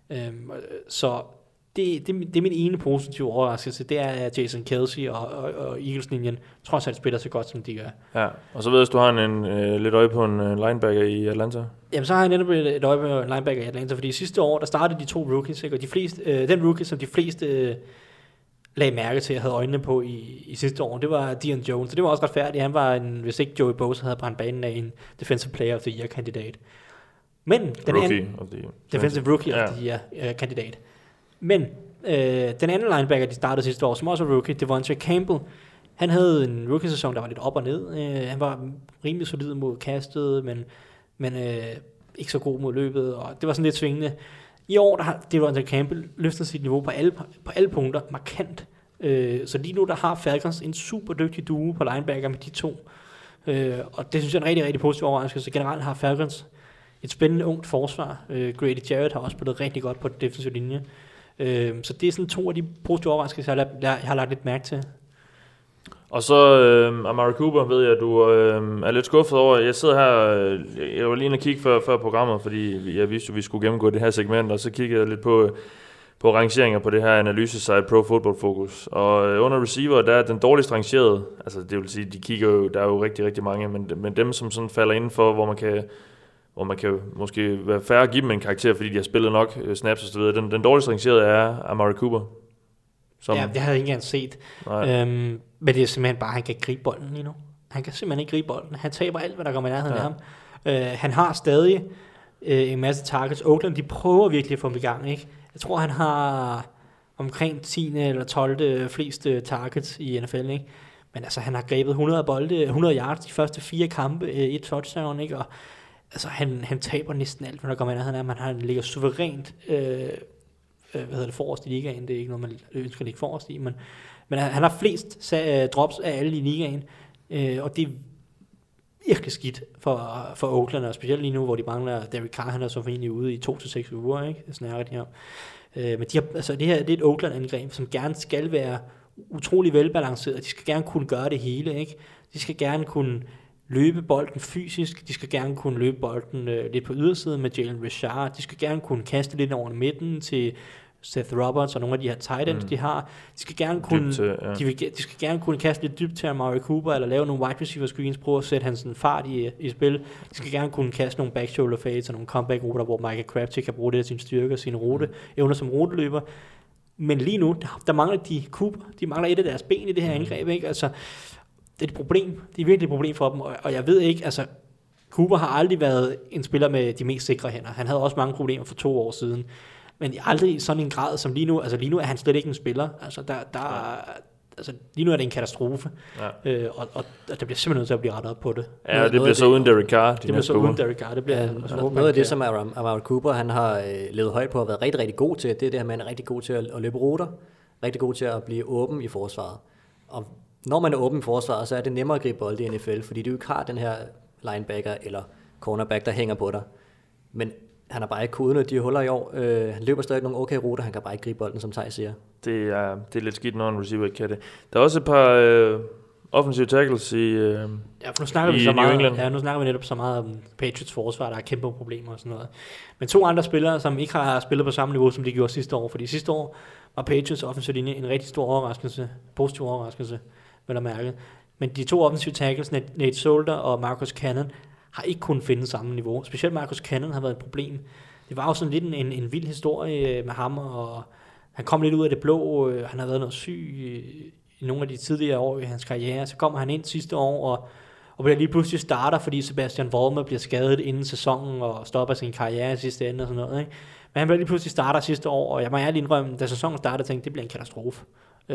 Speaker 2: Så det er min ene positive overraskelse, det er, at Jason Kelce og Eagles-linjen trods alt spiller så godt, som de gør. Ja,
Speaker 1: og så ved jeg, at du har lidt øje på en linebacker i Atlanta.
Speaker 2: Jamen, så har jeg netop et øje på en linebacker i Atlanta, fordi sidste år, der startede de 2 rookies, ikke? Og den rookie, som de fleste lagde mærke til, at havde øjnene på i sidste år, det var Deion Jones, så det var også retfærdigt. Han var hvis ikke Joey Bosa havde brændt banen af en Defensive Player of the Year-kandidat. Men Defensive Rookie of the Year-kandidat. Men den anden linebacker, de startede sidste år, som også var rookie, Devontae Campbell, han havde en rookie-sæson, der var lidt op og ned. Han var rimelig solid mod kastet, men ikke så god mod løbet, og det var sådan lidt svingende. I år, der har Devontae Campbell løftet sit niveau på alle punkter markant. Så lige nu, der har Falcons en super dygtig duo på linebacker med de to. Og det synes jeg er en rigtig, rigtig positiv overraskelse. Generelt har Falcons et spændende ungt forsvar. Grady Jarrett har også spillet rigtig godt på den defensive linje. Så det er sådan 2 af de positive overraskelser, jeg har lagt lidt mærke til.
Speaker 1: Og så Amari Cooper, ved jeg, at du er lidt skuffet over. Jeg sidder her, jeg var lige inde og kigge før programmet, fordi jeg vidste, at vi skulle gennemgå det her segment, og så kiggede jeg lidt på rangeringer på det her analysesite Pro Football Focus. Og under receiver, der er den dårligst rangeret, altså det vil sige, de kigger jo, der er jo rigtig, rigtig mange, men dem, som sådan falder indenfor, hvor man kan måske være færre at give dem en karakter, fordi de har spillet nok snaps og så videre. Den dårligst rangerede er Amari Cooper.
Speaker 2: Ja, det havde jeg ikke engang set. Men det er simpelthen bare, at han kan gribe bolden lige nu. Han kan simpelthen ikke gribe bolden. Han taber alt, hvad der kommer i nærheden af ham. Han har stadig en masse targets. Oakland, de prøver virkelig at få ham i gang, ikke? Jeg tror, han har omkring 10. eller 12. flest targets i NFL, ikke? Men altså, han har grebet 100 yards de første 4 kampe, et touchdown, ikke? Og altså, han taber næsten alt, hvad der kommer i nærheden af ham. Han ligger suverænt forrest i ligaen. Det er ikke noget, man ønsker at ligge forrest i, men han har flest drops af alle i ligaen, og det er virkelig skidt for Oakland, og specielt lige nu, hvor de mangler Derek Carr, han er så egentlig ude i 2 til 6 uger, ikke? Det snakker de om. Men de har, altså det her det er et Oakland-angreb, som gerne skal være utrolig velbalanceret. De skal gerne kunne gøre det hele, ikke? De skal gerne kunne løbe bolden fysisk, de skal gerne kunne løbe bolden lidt på ydersiden med Jalen Richard, de skal gerne kunne kaste lidt over midten til Seth Roberts og nogle af de her tight ends, de har. De skal gerne kunne, de skal gerne kunne kaste lidt dybt til Amari Cooper, eller lave nogle wide receiver screens, prøve at sætte hans fart i spil. De skal gerne kunne kaste nogle back shoulder fades og nogle comeback ruter, hvor Michael Crabtree kan bruge det af sin styrke og sine evner som ruteløber. Men lige nu, der mangler de mangler et af deres ben i det her angreb, ikke? Altså, det er et problem. Det er virkelig et problem for dem, og jeg ved ikke, altså, Cooper har aldrig været en spiller med de mest sikre hænder. Han havde også mange problemer for 2 år siden. Men aldrig i sådan en grad som lige nu. Altså lige nu er han slet ikke en spiller. Altså altså lige nu er det en katastrofe. Ja. Og der bliver simpelthen nødt til at blive rettet op på det.
Speaker 1: Ja, det bliver så uden Derek Carr.
Speaker 2: Det bliver så uden Derek Carr. Det bliver
Speaker 3: noget af det, som Amari Cooper han har levet højt på og været rigtig, rigtig god til, det er det her, man er rigtig god til at løbe ruter. Rigtig god til at blive åben i forsvaret. Og når man er åben i forsvaret, så er det nemmere at gribe bold i NFL, fordi du ikke har den her linebacker eller cornerback, der hænger på dig. Men han har bare ikke kunnet udnytte de huller i år. Han løber stadig nogle okay ruter, han kan bare ikke gribe bolden, som Thijs siger.
Speaker 1: Det er lidt skidt, når en receiver ikke kan det. Der er også et par offensive tackles i
Speaker 2: ja, for nu snakker
Speaker 1: vi
Speaker 2: så
Speaker 1: New England.
Speaker 2: Ja, nu snakker vi netop så meget om Patriots forsvar, der har kæmpe problemer og sådan noget. Men 2 andre spillere, som ikke har spillet på samme niveau, som de gjorde sidste år, fordi sidste år var Patriots offensive linje en rigtig stor overraskelse, positiv overraskelse, vel at mærke. Men de 2 offensive tackles, Nate Solder og Marcus Cannon, har ikke kunnet finde samme niveau. Specielt Marcus Cannon har været et problem. Det var jo sådan lidt en vild historie med ham, og han kom lidt ud af det blå. Han har været noget syg i nogle af de tidligere år i hans karriere. Så kommer han ind sidste år og bliver lige pludselig starter, fordi Sebastian Vollmer bliver skadet inden sæsonen og stopper sin karriere i sidste ende og sådan noget, ikke? Men han bliver lige pludselig starter sidste år, og jeg må ærligt indrømme, da sæsonen startede, tænkte det bliver en katastrofe.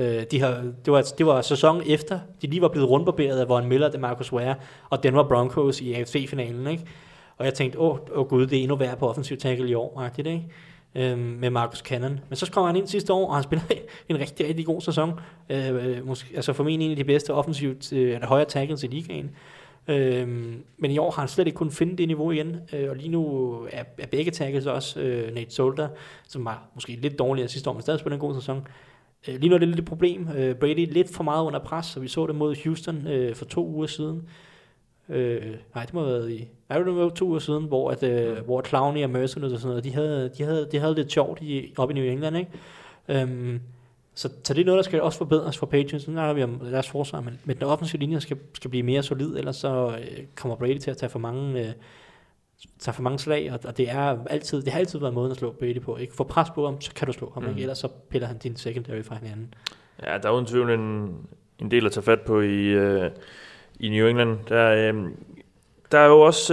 Speaker 2: Det var sæsonen efter, de lige var blevet rundbarberet af Von Miller, Marcus Ware og Denver Broncos i AFC-finalen, ikke? Og jeg tænkte, gud, det er endnu værre på offensiv tackle i år, ikke? Med Marcus Cannon. Men så kommer han ind sidste år, og han spiller en rigtig, rigtig god sæson. Altså formentlig en af de bedste offensivt højre tackles i ligaen. Men i år har han slet ikke kunnet finde det niveau igen, og lige nu er begge tackles også Nate Solder, som var måske lidt dårligere sidste år, men stadig spiller en god sæson. Lige nu er det lidt et problem. Brady lidt for meget under pres, og vi så det mod Houston for 2 uger siden. Nej, det må have været det var 2 uger siden, hvor Clowney og Mercer og sådan noget, de havde lidt sjovt oppe i New England, ikke? Så det er noget, der skal også forbedres for Patriots. Nu snakker vi om deres forsvar, men den offensive linje skal blive mere solid, ellers så kommer Brady til at tage for mange slag, og det har altid været måden at slå Brady på. Ikke? Få pres på ham, så kan du slå ham, ikke? Ellers så piller han din secondary fra hinanden. Ja,
Speaker 1: der er uden tvivl en del at tage fat på i New England. Der er jo også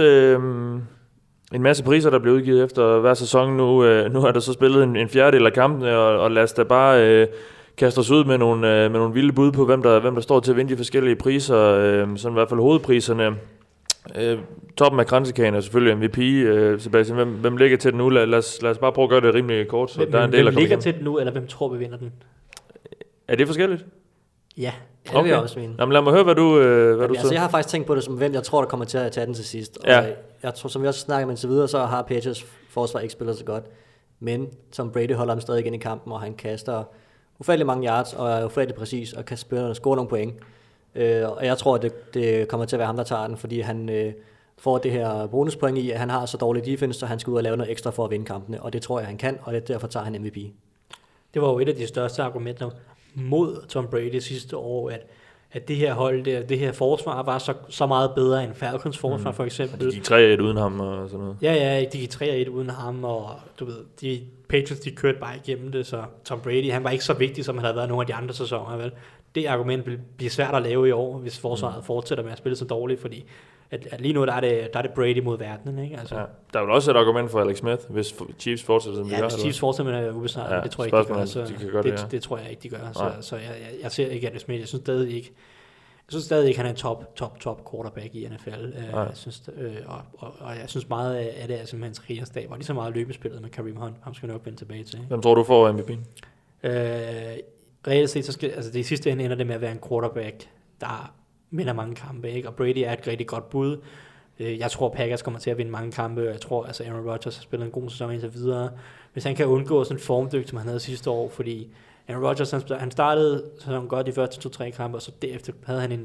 Speaker 1: en masse priser, der bliver udgivet efter hver sæson. Nu er der så spillet en fjerdedel af kampene, og lad os da bare kaste os ud med nogle vilde bud på, hvem der står til at vinde de forskellige priser. Sådan i hvert fald hovedpriserne. Toppen af kransekagen er selvfølgelig MVP. Sebastian, hvem ligger til den nu? Lad os bare prøve at gøre det rimelig kort. Så der er en del
Speaker 2: hvem ligger til den nu, eller hvem tror vi vinder den?
Speaker 1: Er det forskelligt?
Speaker 2: Ja.
Speaker 3: Det vil jeg også mene.
Speaker 1: Jamen, lad mig høre, hvad du
Speaker 3: Altså, jeg har faktisk tænkt på det som hvem jeg tror, der kommer til at tage den til sidst. Og jeg tror, som vi også snakker med så videre, så har Patriots forsvar ikke spillet så godt. Men Tom Brady holder ham stadig igen i kampen, og han kaster ufattelig mange yards, og er ufattelig præcis, og kan score nogle point. Og jeg tror, at det kommer til at være ham, der tager den, fordi han får det her bonuspoint i, at han har så dårlig defense, så han skal ud og lave noget ekstra for at vinde kampene. Og det tror jeg, han kan, og derfor tager han MVP.
Speaker 2: Det var jo et af de største argumenter mod Tom Brady sidste år, at det her hold, det her forsvar var så meget bedre end Falcons forsvar, for eksempel.
Speaker 1: De gik 3-1 uden ham og sådan noget.
Speaker 2: Ja, de gik 3-1 uden ham, og du ved, de Patriots, de kørte bare igennem det, så Tom Brady, han var ikke så vigtig, som han havde været nogle af de andre sæsoner, vel? Det argument vil blive svært at lave i år, hvis forsvaret fortsætter med at spille så dårligt, fordi at lige nu der er det Brady mod verdenen, ikke? Altså.
Speaker 1: Ja, der er vel også et argument for Alex Smith, hvis Chiefs fortsætter, som de gør.
Speaker 2: Ja, hvis Chiefs fortsætter med ubesejret, det tror jeg ikke, de gør. Så det tror jeg ikke, de gør. Så jeg ser ikke Alex Smith. Jeg synes stadig ikke, han er en top quarterback i NFL. Jeg synes, og jeg synes meget af det er simpelthen trænerstab, og lige så meget løbespillet med Kareem Hunt. Ham skal vi nok vende tilbage til.
Speaker 1: Hvem tror du får MVP'en?
Speaker 2: Reelt set, så skal, altså det sidste ende ender det med at være en quarterback, der vinder mange kampe, ikke? Og Brady er et rigtig godt bud. Jeg tror, Packers kommer til at vinde mange kampe, og jeg tror, altså Aaron Rodgers har spillet en god sæson indtil videre. Hvis han kan undgå sådan en formdygt, som han havde sidste år, fordi Aaron Rodgers, han startede sæsonen godt de første 2-3 kampe, og så derefter havde han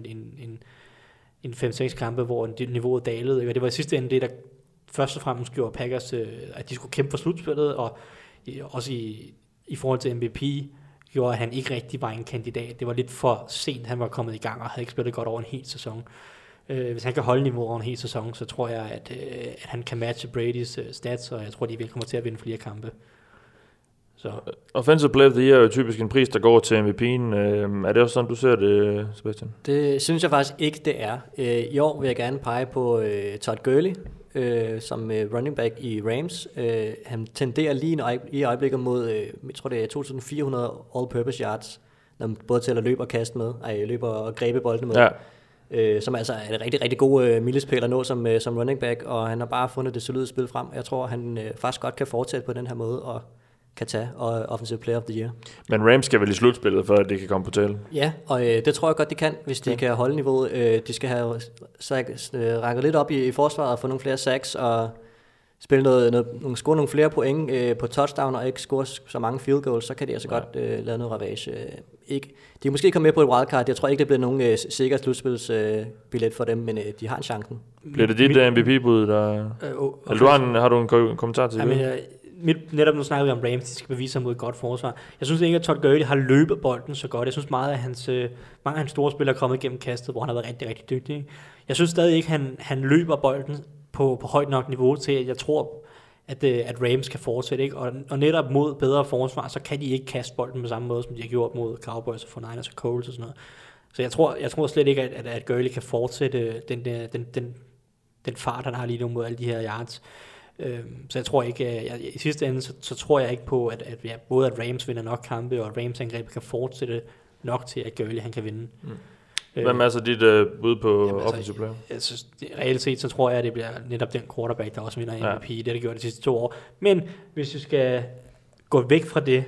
Speaker 2: en 5-6 kampe, hvor niveauet dalede, ikke? Og det var i sidste ende det, der først og fremmest gjorde Packers, at de skulle kæmpe for slutspillet, og også i forhold til MVP, gjorde, at han ikke rigtig var en kandidat. Det var lidt for sent, han var kommet i gang og havde ikke spillet godt over en hel sæson. Hvis han kan holde niveau over en hel sæson, så tror jeg, at han kan matche Bradys stats, og jeg tror, de vil komme til at vinde flere kampe. Så.
Speaker 1: Offensive Player of the Year er jo typisk en pris, der går til MVP'en. Er det også sådan, du ser det, Sebastian?
Speaker 3: Det synes jeg faktisk ikke, det er. I år vil jeg gerne pege på Todd Gurley, som running back i Rams. Han tenderer lige i øjeblikket mod, jeg tror det er 2.400 all-purpose yards, når man både tæller løb og kast med, løb og græbe bolden med. Ja. Som altså er et rigtig, rigtig god milepæl at nå som running back, og han har bare fundet det solide spil frem. Jeg tror, han faktisk godt kan fortsætte på den her måde, og kan tage Offensive Player of the Year.
Speaker 1: Men Rams skal vel i slutspillet, for at det kan komme på tale?
Speaker 3: Ja, og det tror jeg godt, de kan, hvis de kan holde niveauet. De skal have rækket lidt op i forsvaret og få nogle flere sacks og spille score nogle flere point på touchdown og ikke score så mange field goals, så kan de altså godt lave noget ravage. De er måske kommet med på et wildcard. Jeg tror ikke, det bliver nogen sikker slutspilsbillet for dem, men de har en chancen.
Speaker 1: Bliver det dit MVP-bud, der... har du en kommentar til det?
Speaker 2: Netop nu snakker vi om Rams, de skal bevise sig mod et godt forsvar. Jeg synes ikke, at Todd Gurley har løbet bolden så godt. Jeg synes meget, at mange af hans store spillere er kommet gennem kastet, hvor han har været rigtig, rigtig dygtig. Jeg synes stadig ikke, at han løber bolden på højt nok niveau til, at jeg tror, at Rams kan fortsætte. Ikke? Og netop mod bedre forsvar, så kan de ikke kaste bolden på samme måde, som de har gjort mod Cowboys og 49ers og Colts og sådan noget. Så jeg tror slet ikke, at Gurley kan fortsætte den fart, han har lige nu mod alle de her yards. Så jeg tror ikke, i sidste ende, så tror jeg ikke på, at både at Rams vinder nok kampe, og at Rams angreb kan fortsætte nok til, at Gurley han kan vinde.
Speaker 1: Hvem er så dit bud på offensive player?
Speaker 2: Altså, reelt set, så tror jeg, at det bliver netop den quarterback, der også vinder MVP. Det har det gjort de sidste 2 år. Men hvis vi skal gå væk fra det,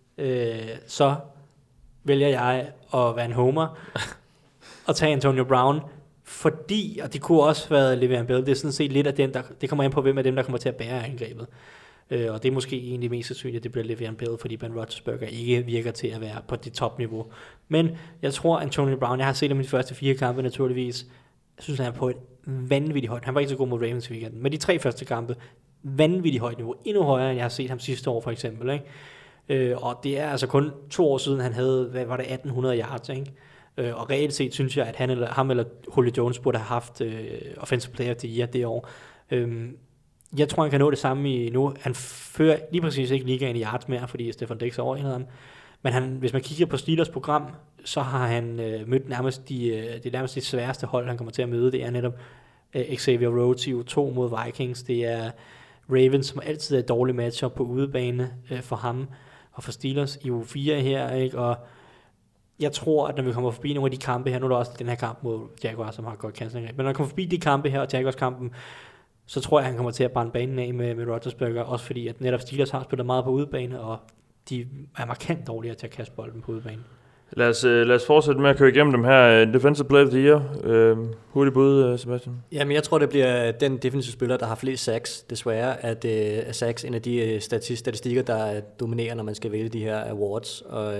Speaker 2: så vælger jeg at være en homer og tage Antonio Brown, fordi, og det kunne også være Le'Veon Bell, det er sådan set lidt af den, det kommer ind på, hvem af dem, der kommer til at bære angrebet. Og det er måske egentlig mest sandsynligt, at det bliver Le'Veon Bell, fordi Ben Roethlisberger ikke virker til at være på det topniveau. Men jeg tror, Antonio Brown, jeg har set ham i de første 4 kampe naturligvis, jeg synes, han er på et vanvittigt højt. Han var ikke så god mod Ravens i weekenden, men de 3 første kampe, vanvittigt højt niveau. Endnu højere, end jeg har set ham sidste år, for eksempel. Ikke? Og det er altså kun 2 år siden, han havde, hvad var det, 1800 yards, ikke? Og reelt set synes jeg, at ham eller Julio Jones burde have haft Offensive Player of the Year det år. Jeg tror, han kan nå det samme nu. Han fører lige præcis ikke ligaen i yards mere, fordi Stefan Diggs er overhældet ham. Men hvis man kigger på Steelers program, så har han mødt nærmest de sværeste hold, han kommer til at møde. Det er netop Xavier Rhodes i U2 mod Vikings. Det er Ravens, som altid er et dårligt matchup på udebane for ham. Og for Steelers i U4 her, ikke? Og jeg tror, at når vi kommer forbi nogle af de kampe her, nu er der også den her kamp mod Jaguars, som har godt cancelangreb, men når vi kommer forbi de kampe her, og Jaguars-kampen, så tror jeg, at han kommer til at brænde banen af med Roethlisberger, også fordi at netop Steelers har spillet meget på udebane, og de er markant dårligere til at kaste bolden på udebane.
Speaker 1: Lad os fortsætte med at køre igennem dem her. Defensive Player of the Year. Hurtigt bud, Sebastian.
Speaker 3: Jamen, jeg tror, det bliver den defensive spiller, der har flest sacks. Desværre at sacks en af de statistikker, der dominerer, når man skal vælge de her awards. Og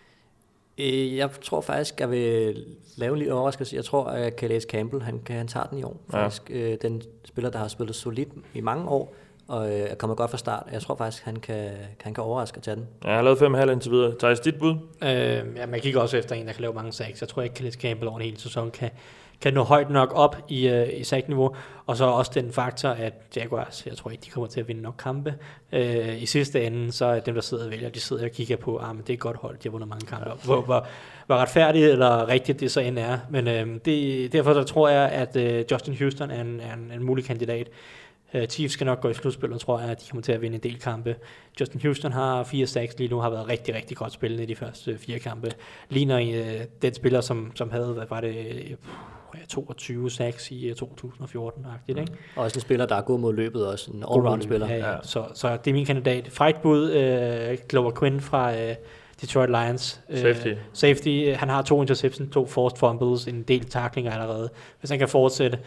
Speaker 3: jeg tror faktisk, jeg vil lave en lille overraskelse. Jeg tror, at Calais Campbell, han tager den i år. Faktisk den spiller, der har spillet solidt i mange år, og er kommet godt fra start. Jeg tror faktisk, han kan overraske at tage den.
Speaker 1: Ja, jeg har lavet 5,5 indtil videre. Thijs, dit bud?
Speaker 2: Man kigger også efter en, der kan lave mange sacks. Jeg tror ikke, Calais Campbell over en hel sæson kan nå højt nok op i sack-niveau. Og så også den faktor, at Jaguars, jeg tror ikke, de kommer til at vinde nok kampe. I sidste ende, så er dem, der sidder og vælger, de sidder og kigger på, men det er et godt hold, de har vundet mange kampe. Hvor retfærdigt eller rigtigt det så end er. Men derfor så tror jeg, at Justin Houston er en mulig kandidat. Chiefs skal nok gå i slutspillet, tror jeg, at de kommer til at vinde en del kampe. Justin Houston har 4 sacks lige nu, har været rigtig, rigtig godt spillende i de første 4 kampe. Ligner den spiller, som havde, hvad var det, 22 sacks i 2014-agtigt, ikke?
Speaker 3: Og også en spiller, der er god mod løbet, også en all-round-spiller.
Speaker 2: Ja. Så det er min kandidat. Frightbud, Glover Quinn fra Detroit Lions. Safety. Han har 2 interceptions, 2 forced fumbles, en del tacklinger allerede. Hvis han kan fortsætte.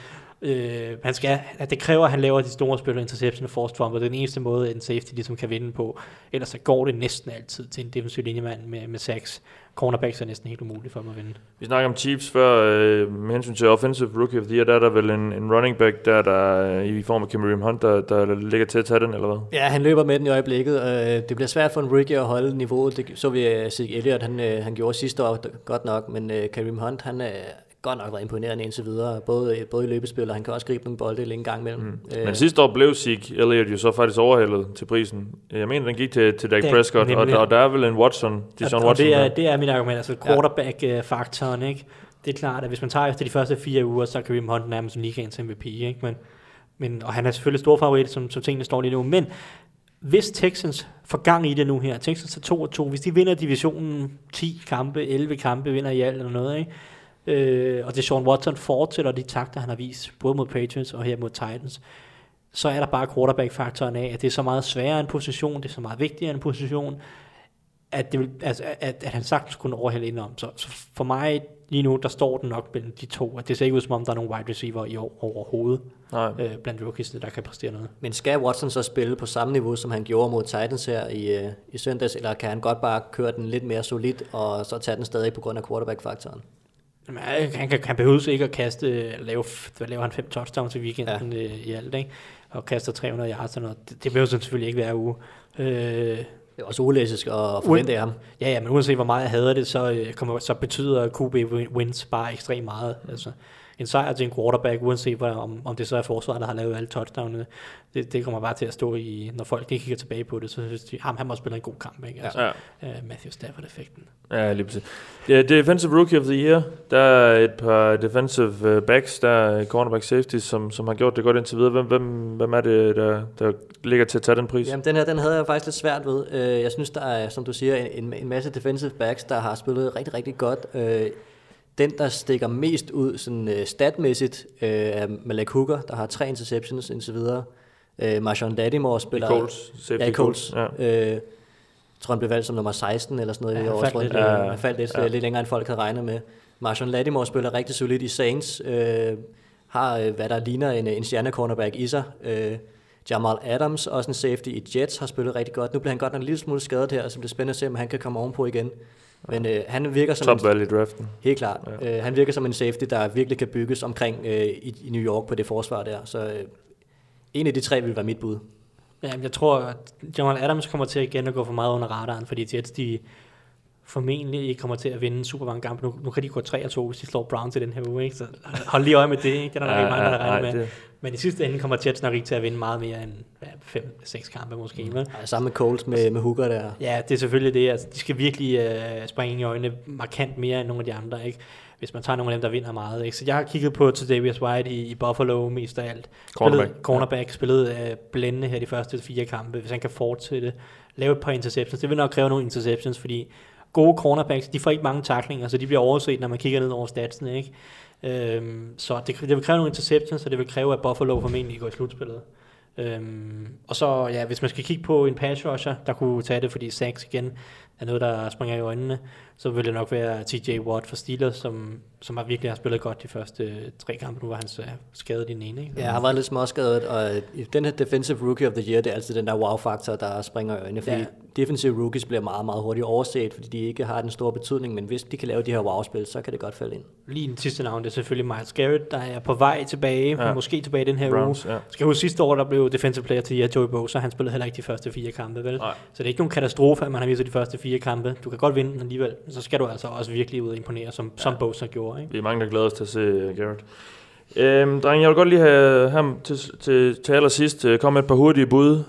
Speaker 2: Det kræver, at han laver de store spil, interception og forced fumble. Det er den eneste måde, en safety ligesom kan vinde på. Ellers så går det næsten altid til en defensiv linjemand med sacks. Cornerbacks er næsten helt umuligt for dem at vinde.
Speaker 1: Vi snakker om Chiefs før, med hensyn til Offensive Rookie of the Year, der er der vel en running back, der i form af Kareem Hunt, der ligger til at tage den, eller hvad?
Speaker 3: Ja, han løber med den i øjeblikket. Det bliver svært for en rookie at holde niveauet. Det så vi Zeke Elliott, han gjorde sidste år godt nok, men Kareem Hunt, han godt nok været imponerende indtil videre, både i løbespil, og han kan også gribe nogle bolde længe gang imellem.
Speaker 1: Men sidste år blev Zeke Elliott jo så faktisk overhældet til prisen. Jeg mener, den gik til Dak Prescott, og der er vel en Watson, Deshaun Watson.
Speaker 2: Det er mit argument, altså quarterback-faktoren, ikke? Det er klart, at hvis man tager efter de første 4 uger, så kan Kareem Hunt nærmest ligaens MVP, ikke? Men, og han er selvfølgelig stor favorit, som tingene står lige nu, men hvis Texans får gang i det nu her, Texans er 2-2, hvis de vinder divisionen 10 kampe, 11 kampe, vinder i alt eller noget, ikke? Og Deshaun Watson fortsætter de takter, han har vist, både mod Patriots og her mod Titans, så er der bare quarterback-faktoren af, at det er så meget sværere en position, det er så meget vigtigere en position, at han sagtens kunne overhælde indenom. Så for mig lige nu, der står den nok mellem de to, at det ser ikke ud som om, der er nogle wide receiver i år overhovedet blandt rookies, der kan præstere noget. Men
Speaker 3: skal Watson så spille på samme niveau, som han gjorde mod Titans her i søndags, eller kan han godt bare køre den lidt mere solidt, og så tage den stadig på grund af quarterback-faktoren?
Speaker 2: Han behøves ikke at kaste, laver han 5 touchdowns i weekenden i alt, ikke? Og kaster 300 yards og noget. Det behøver selvfølgelig ikke hver uge.
Speaker 3: Det er også ulæsisk at forvente af ham.
Speaker 2: Ja, men uanset hvor meget jeg hader det, så betyder QB wins bare ekstremt meget. Altså, en sejr til en quarterback, uanset om det så er forsvaret, der har lavet alle touchdownene, det kommer bare til at stå i, når folk kigger tilbage på det, så synes de, han må spille en god kamp, ikke? Altså, Matthew Stafford-effekten.
Speaker 1: Ja, lige præcis. Ja, Defensive Rookie of the Year, der er et par defensive backs, der er cornerback safety, som har gjort det godt indtil videre. Hvem er det, der ligger til at tage den pris?
Speaker 3: Jamen, den havde jeg faktisk lidt svært ved. Jeg synes, der er, som du siger, en masse defensive backs, der har spillet rigtig, rigtig godt. Den, der stikker mest ud sådan statmæssigt, er Malik Hooker, der har 3 interceptions indtil videre. Marshawn Lattimore spiller...
Speaker 1: I Colts.
Speaker 3: Jeg tror, han blev valgt som nummer 16 eller sådan noget i årsrunde. Han faldt lidt længere, end folk havde regnet med. Marshawn Lattimore spiller rigtig solidt i Saints. Har, hvad der ligner en stjernecornerback i sig. Jamal Adams, også en safety i Jets, har spillet rigtig godt. Nu bliver han godt nok en lille smule skadet her, så det bliver spændende at se, om han kan komme ovenpå igen. Men han virker som
Speaker 1: top-valg i draften.
Speaker 3: Helt klart. Ja. Han virker som en safety, der virkelig kan bygges omkring i New York på det forsvar der. Så en af de 3 vil være mit bud.
Speaker 2: Ja, jeg tror, at Jamal Adams kommer til igen at gå for meget under radaren, fordi Jets, de formentlig ikke kommer til at vinde super mange kampe. Nu kan de gå 3-2, hvis de slår Browns i den her uge, ikke? Så hold lige øje med det, ikke? Det er der rigtig mange, der regner med. Men i sidste ende kommer Jets nok ikke til at vinde meget mere end 5-6 kampe måske.
Speaker 3: Ja, sammen med Colts med Hooker der.
Speaker 2: Ja, det er selvfølgelig det. Altså, de skal virkelig springe i øjnene markant mere end nogle af de andre, ikke? Hvis man tager nogle af dem, der vinder meget, ikke? Så jeg har kigget på Tre'Davious White i Buffalo mest af alt. Cornerback spillede blændende her de første 4 kampe. Hvis han kan fortsætte, lave et par interceptions. Det vil nok kræve nogle interceptions, fordi gode cornerbacks, de får ikke mange tacklinger, så de bliver overset, når man kigger ned over statsene, ikke? Så det vil kræve nogle interceptions, så det vil kræve, at Buffalo formentlig går i slutspillet. Og så, ja, hvis man skal kigge på en pass rusher, der kunne tage det, fordi sacks igen, er noget, der springer i øjnene, så vil det nok være TJ Watt for Steelers, som har virkelig har spillet godt de første 3 kampe. Nu var han skadet i den ene, ikke?
Speaker 3: Ja, han var lidt småskadet, og den her Defensive Rookie of the Year, det er altid den der wow-faktor, der springer i øjnene, fordi defensive rookies bliver meget, meget hurtigt overset, fordi de ikke har den store betydning, men hvis de kan lave de her wow-spil, så kan det godt falde ind.
Speaker 2: Lige den sidste navn, det er selvfølgelig Myles Garrett, der er på vej tilbage, måske tilbage den her
Speaker 1: Browns,
Speaker 2: uge. Skal huske, sidste år, der blev Defensive Player til Joey Bosa, han spillede heller ikke de første 4 kampe, vel? Nej. Så det er ikke nogen katastrofe, at man har vist de første 4 kampe. Du kan godt vinde den alligevel, så skal du altså også virkelig ud og imponere, som Bosa gjorde, ikke?
Speaker 1: Vi er mange, der glæder os til at se Garrett. Drenge, jeg vil godt lige have ham til allersidst komme med et par hurtige bud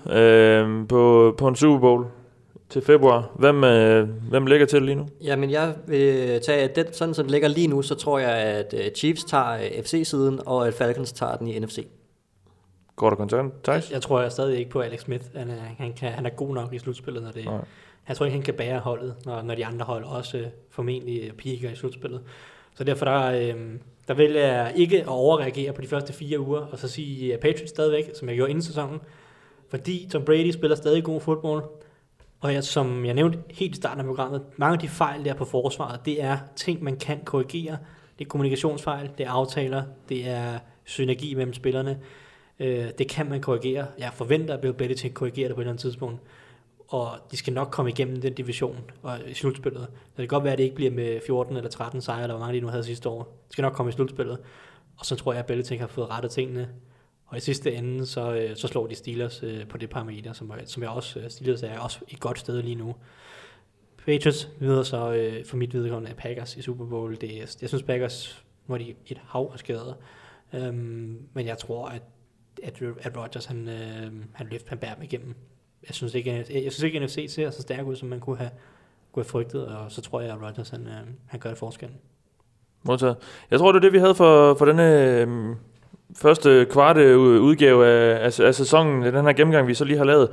Speaker 1: på en Super Bowl til februar. Hvem ligger til lige nu?
Speaker 3: Jamen, jeg vil tage det, sådan som det ligger lige nu, så tror jeg, at Chiefs tager FC-siden, og at Falcons tager den i NFC.
Speaker 1: Godt og kontant, Thijs?
Speaker 2: Jeg tror stadig ikke på Alex Smith. Han er god nok i slutspillet, når det. Jeg tror ikke, han kan bære holdet, når de andre hold også formentlig piker i slutspillet. Så derfor der vælger jeg ikke at overreagere på de første 4 uger, og så sige Patriots stadigvæk, som jeg gjorde inden sæsonen. Fordi Tom Brady spiller stadig god fodbold. Og som jeg nævnte helt i starten af programmet, mange af de fejl der på forsvaret, det er ting, man kan korrigere. Det er kommunikationsfejl, det er aftaler, det er synergi mellem spillerne. Det kan man korrigere. Jeg forventer, at Bill Belichick korrigerer det på et eller andet tidspunkt. Og de skal nok komme igennem den division og i slutspillet. Så det kan godt være, at det ikke bliver med 14 eller 13 sejre, eller hvor mange de nu havde sidste år. De skal nok komme i slutspillet. Og så tror jeg, at Belichick har fået rettet tingene. Og i sidste ende, så slår de Steelers på det parameter, som jeg også, Steelers er også et godt sted lige nu. Patriots videre så for mit vedkommende af Packers i Super Bowl. Jeg synes Packers, hvor de et hav af skader. Men jeg tror, at Rodgers han bærer dem igennem. Jeg synes ikke, at NFC ser så stærk ud, som man kunne have frygtet, og så tror jeg, at Rodgers han gør et forskel.
Speaker 1: Modtaget. Jeg tror, det er det, vi havde for denne første kvarte udgave af sæsonen, den her gennemgang, vi så lige har lavet.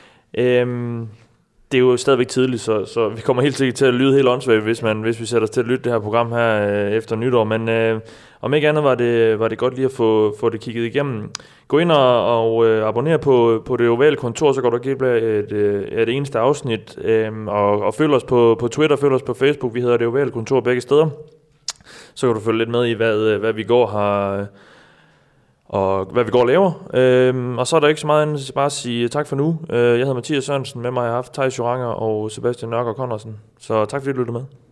Speaker 1: Det er jo stadigvæk tidligt, så vi kommer helt sikkert til at lyde helt åndssvagt, hvis vi sætter os til at lytte det her program her efter nytår. Men om ikke andet var det godt lige at få det kigget igennem. Gå ind og abonner på Det Ovale Kontor, så går du ikke glip af et eneste afsnit. Og følg os på Twitter, følg os på Facebook. Vi hedder Det Ovale Kontor begge steder. Så kan du følge lidt med i, hvad vi går har og hvad vi går og laver. Og så er der ikke så meget andet, bare at sige tak for nu. Jeg hedder Mathias Sørensen, med mig har jeg haft Thijs Joranger og Sebastian Nørgaard Conradsen. Så tak fordi du lyttede med.